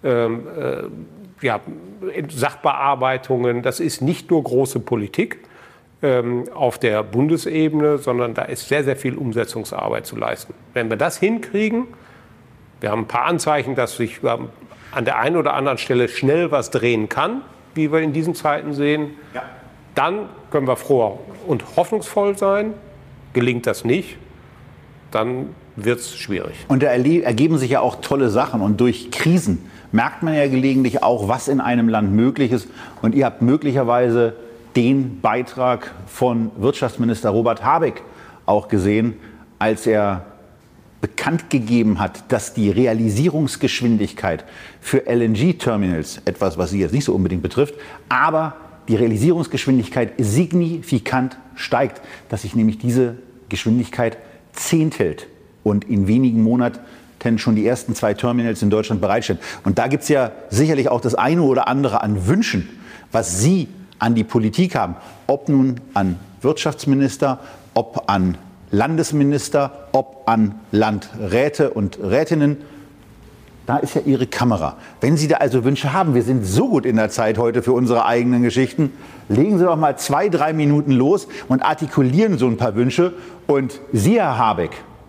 Sachbearbeitungen. Das ist nicht nur große Politik auf der Bundesebene, sondern da ist sehr, sehr viel Umsetzungsarbeit zu leisten. Wenn wir das hinkriegen, wir haben ein paar Anzeichen, dass sich an der einen oder anderen Stelle schnell was drehen kann, wie wir in diesen Zeiten sehen, dann können wir froh und hoffnungsvoll sein. Gelingt das nicht, dann wird es schwierig. Und da ergeben sich ja auch tolle Sachen. Und durch Krisen merkt man ja gelegentlich auch, was in einem Land möglich ist. Und ihr habt möglicherweise den Beitrag von Wirtschaftsminister Robert Habeck auch gesehen, als er bekannt gegeben hat, dass die Realisierungsgeschwindigkeit für LNG-Terminals, etwas, was Sie jetzt nicht so unbedingt betrifft, aber die Realisierungsgeschwindigkeit signifikant steigt, dass sich nämlich diese Geschwindigkeit zehntelt und in wenigen Monaten schon die ersten 2 Terminals in Deutschland bereitstehen. Und da gibt es ja sicherlich auch das eine oder andere an Wünschen, was Sie an die Politik haben, ob nun an Wirtschaftsminister, ob an Landesminister, ob an Landräte und Rätinnen. Da ist ja Ihre Kamera. Wenn Sie da also Wünsche haben, wir sind so gut in der Zeit heute für unsere eigenen Geschichten, legen Sie doch mal 2-3 Minuten los und artikulieren so ein paar Wünsche. Und Sie, Herr Habeck,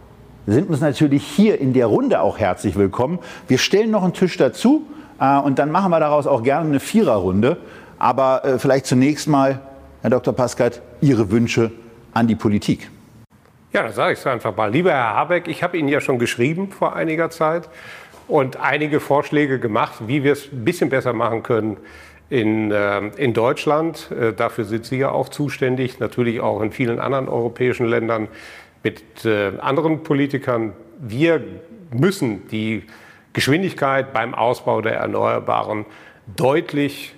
sind uns natürlich hier in der Runde auch herzlich willkommen. Wir stellen noch einen Tisch dazu und dann machen wir daraus auch gerne eine Viererrunde. Aber vielleicht zunächst mal, Herr Dr. Paskert, Ihre Wünsche an die Politik. Ja, das sage ich einfach mal. Lieber Herr Habeck, ich habe Ihnen ja schon geschrieben vor einiger Zeit und einige Vorschläge gemacht, wie wir es ein bisschen besser machen können in Deutschland. Dafür sind Sie ja auch zuständig, natürlich auch in vielen anderen europäischen Ländern mit anderen Politikern. Wir müssen die Geschwindigkeit beim Ausbau der Erneuerbaren deutlich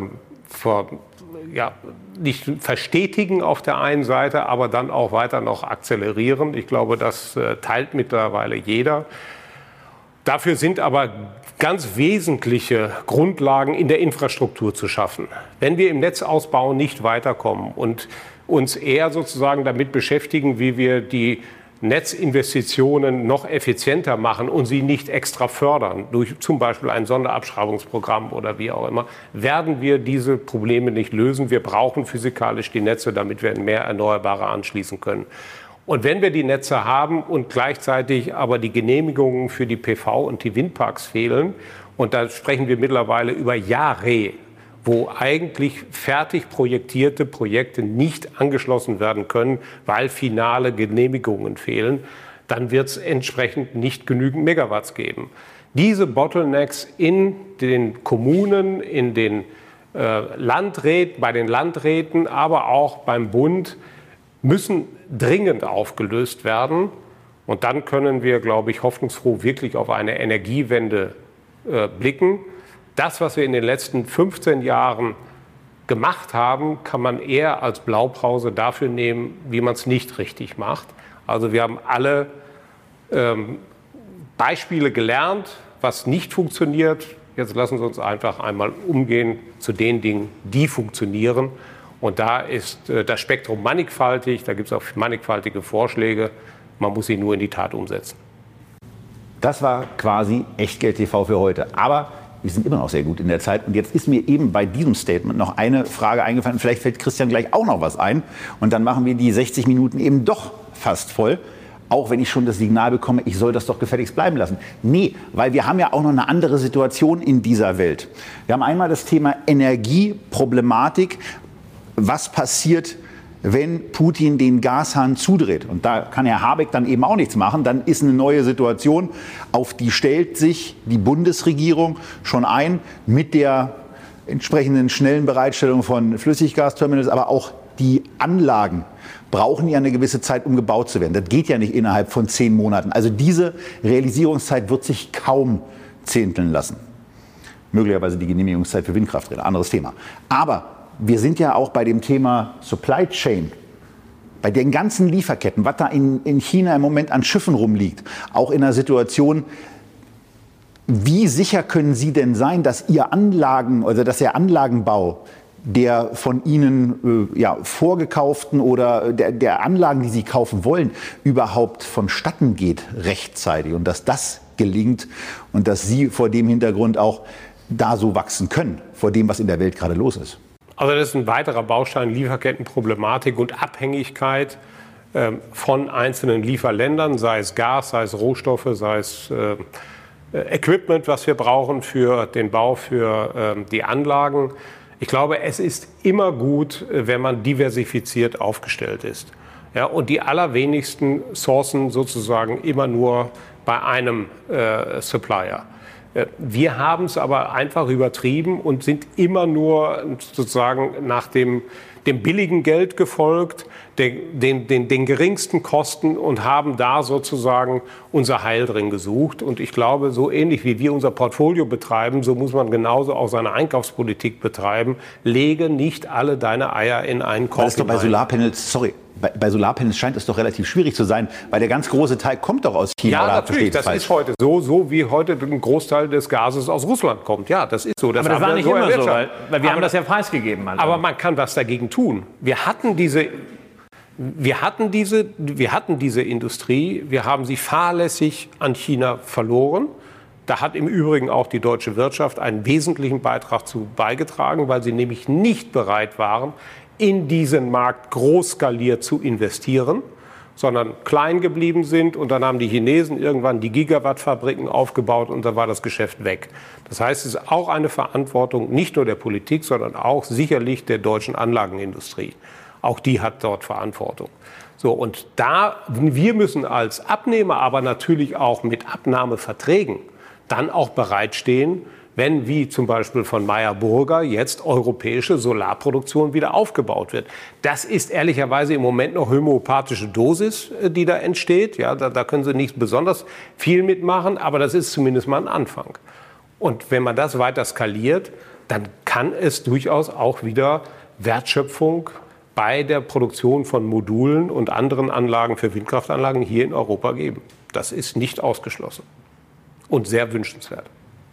nicht verstetigen auf der einen Seite, aber dann auch weiter noch akzelerieren. Ich glaube, das teilt mittlerweile jeder. Dafür sind aber ganz wesentliche Grundlagen in der Infrastruktur zu schaffen. Wenn wir im Netzausbau nicht weiterkommen und uns eher sozusagen damit beschäftigen, wie wir die Netzinvestitionen noch effizienter machen und sie nicht extra fördern, durch zum Beispiel ein Sonderabschreibungsprogramm oder wie auch immer, werden wir diese Probleme nicht lösen. Wir brauchen physikalisch die Netze, damit wir mehr Erneuerbare anschließen können. Und wenn wir die Netze haben und gleichzeitig aber die Genehmigungen für die PV- und die Windparks fehlen, und da sprechen wir mittlerweile über Jahre, wo eigentlich fertig projektierte Projekte nicht angeschlossen werden können, weil finale Genehmigungen fehlen, dann wird es entsprechend nicht genügend Megawatts geben. Diese Bottlenecks in den Kommunen, in den bei den Landräten, aber auch beim Bund müssen dringend aufgelöst werden. Und dann können wir, glaube ich, hoffnungsfroh wirklich auf eine Energiewende blicken. Das, was wir in den letzten 15 Jahren gemacht haben, kann man eher als Blaupause dafür nehmen, wie man es nicht richtig macht. Also wir haben alle Beispiele gelernt, was nicht funktioniert. Jetzt lassen Sie uns einfach einmal umgehen zu den Dingen, die funktionieren. Und da ist das Spektrum mannigfaltig, da gibt es auch mannigfaltige Vorschläge. Man muss sie nur in die Tat umsetzen. Das war quasi Echtgeld TV für heute. Aber wir sind immer noch sehr gut in der Zeit. Und jetzt ist mir eben bei diesem Statement noch eine Frage eingefallen. Vielleicht fällt Christian gleich auch noch was ein. Und dann machen wir die 60 Minuten eben doch fast voll. Auch wenn ich schon das Signal bekomme, ich soll das doch gefälligst bleiben lassen. Nee, weil wir haben ja auch noch eine andere Situation in dieser Welt. Wir haben einmal das Thema Energieproblematik. Was passiert, wenn Putin den Gashahn zudreht? Und da kann Herr Habeck dann eben auch nichts machen. Dann ist eine neue Situation, auf die stellt sich die Bundesregierung schon ein mit der entsprechenden schnellen Bereitstellung von Flüssiggasterminals. Aber auch die Anlagen brauchen ja eine gewisse Zeit, um gebaut zu werden. Das geht ja nicht innerhalb von 10 Monaten. Also diese Realisierungszeit wird sich kaum zehnteln lassen. Möglicherweise die Genehmigungszeit für Windkrafträder, anderes Thema. Aber wir sind ja auch bei dem Thema Supply Chain, bei den ganzen Lieferketten, was da in China im Moment an Schiffen rumliegt, auch in einer Situation, wie sicher können Sie denn sein, dass Ihr dass der Anlagenbau der von Ihnen vorgekauften oder der Anlagen, die Sie kaufen wollen, überhaupt vonstatten geht rechtzeitig und dass das gelingt und dass Sie vor dem Hintergrund auch da so wachsen können, vor dem, was in der Welt gerade los ist? Also das ist ein weiterer Baustein, Lieferkettenproblematik und Abhängigkeit von einzelnen Lieferländern, sei es Gas, sei es Rohstoffe, sei es Equipment, was wir brauchen für den Bau, für die Anlagen. Ich glaube, es ist immer gut, wenn man diversifiziert aufgestellt ist. Ja, und die allerwenigsten sourcen sozusagen immer nur bei einem Supplier. Wir haben es aber einfach übertrieben und sind immer nur sozusagen nach dem billigen Geld gefolgt, den geringsten Kosten und haben da sozusagen unser Heil drin gesucht. Und ich glaube, so ähnlich wie wir unser Portfolio betreiben, so muss man genauso auch seine Einkaufspolitik betreiben. Lege nicht alle deine Eier in einen Korb. Das ist doch bei Solarpanels, bei Solarpanels scheint es doch relativ schwierig zu sein, weil der ganz große Teil kommt doch aus China. Ja, natürlich, das ist heute so wie heute ein Großteil des Gases aus Russland kommt. Ja, das ist so. Das aber das war nicht so immer so, weil wir haben das ja preisgegeben. Also. Aber man kann was dagegen tun. Wir hatten diese Industrie, wir haben sie fahrlässig an China verloren. Da hat im Übrigen auch die deutsche Wirtschaft einen wesentlichen Beitrag zu beigetragen, weil sie nämlich nicht bereit waren, in diesen Markt groß skaliert zu investieren, sondern klein geblieben sind. Und dann haben die Chinesen irgendwann die Gigawattfabriken aufgebaut und dann war das Geschäft weg. Das heißt, es ist auch eine Verantwortung nicht nur der Politik, sondern auch sicherlich der deutschen Anlagenindustrie. Auch die hat dort Verantwortung. So, und wir müssen als Abnehmer aber natürlich auch mit Abnahmeverträgen dann auch bereitstehen, wenn, wie zum Beispiel von Meyer Burger, jetzt europäische Solarproduktion wieder aufgebaut wird. Das ist ehrlicherweise im Moment noch homöopathische Dosis, die da entsteht. Ja, da können Sie nicht besonders viel mitmachen, aber das ist zumindest mal ein Anfang. Und wenn man das weiter skaliert, dann kann es durchaus auch wieder Wertschöpfung bei der Produktion von Modulen und anderen Anlagen für Windkraftanlagen hier in Europa geben. Das ist nicht ausgeschlossen und sehr wünschenswert.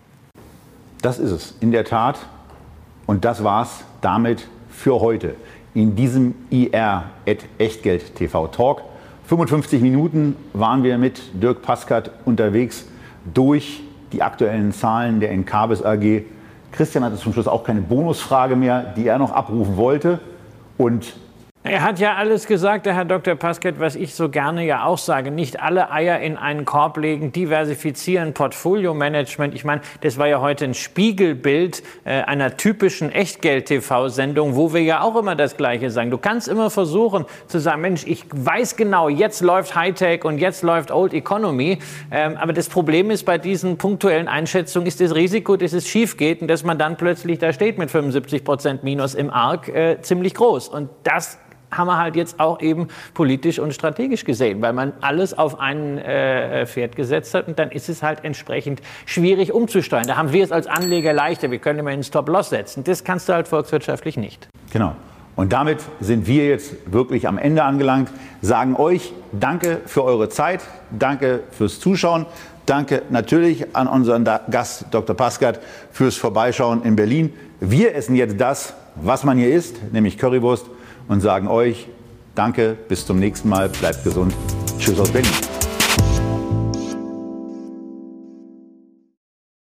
Das ist es, in der Tat. Und das war's damit für heute in diesem IR@Echtgeld TV Talk. 55 Minuten waren wir mit Dirk Paskert unterwegs durch die aktuellen Zahlen der Encavis AG. Christian hatte zum Schluss auch keine Bonusfrage mehr, die er noch abrufen wollte. Und er hat ja alles gesagt, der Herr Dr. Paskert, was ich so gerne ja auch sage. Nicht alle Eier in einen Korb legen, diversifizieren, Portfolio-Management. Ich meine, das war ja heute ein Spiegelbild einer typischen Echtgeld-TV-Sendung, wo wir ja auch immer das Gleiche sagen. Du kannst immer versuchen zu sagen, Mensch, ich weiß genau, jetzt läuft Hightech und jetzt läuft Old Economy. Aber das Problem ist, bei diesen punktuellen Einschätzungen ist das Risiko, dass es schief geht und dass man dann plötzlich da steht mit 75% Minus im Arc, ziemlich groß. Und das haben wir halt jetzt auch eben politisch und strategisch gesehen, weil man alles auf ein Pferd gesetzt hat und dann ist es halt entsprechend schwierig umzusteuern. Da haben wir es als Anleger leichter, wir können immer einen Stop-Loss setzen. Das kannst du halt volkswirtschaftlich nicht. genau. Und damit sind wir jetzt wirklich am Ende angelangt, sagen euch danke für eure Zeit, danke fürs Zuschauen, danke natürlich an unseren Gast Dr. Paskert fürs Vorbeischauen in Berlin. Wir essen jetzt das, was man hier isst, nämlich Currywurst, und sagen euch danke, bis zum nächsten Mal, bleibt gesund, tschüss aus Berlin.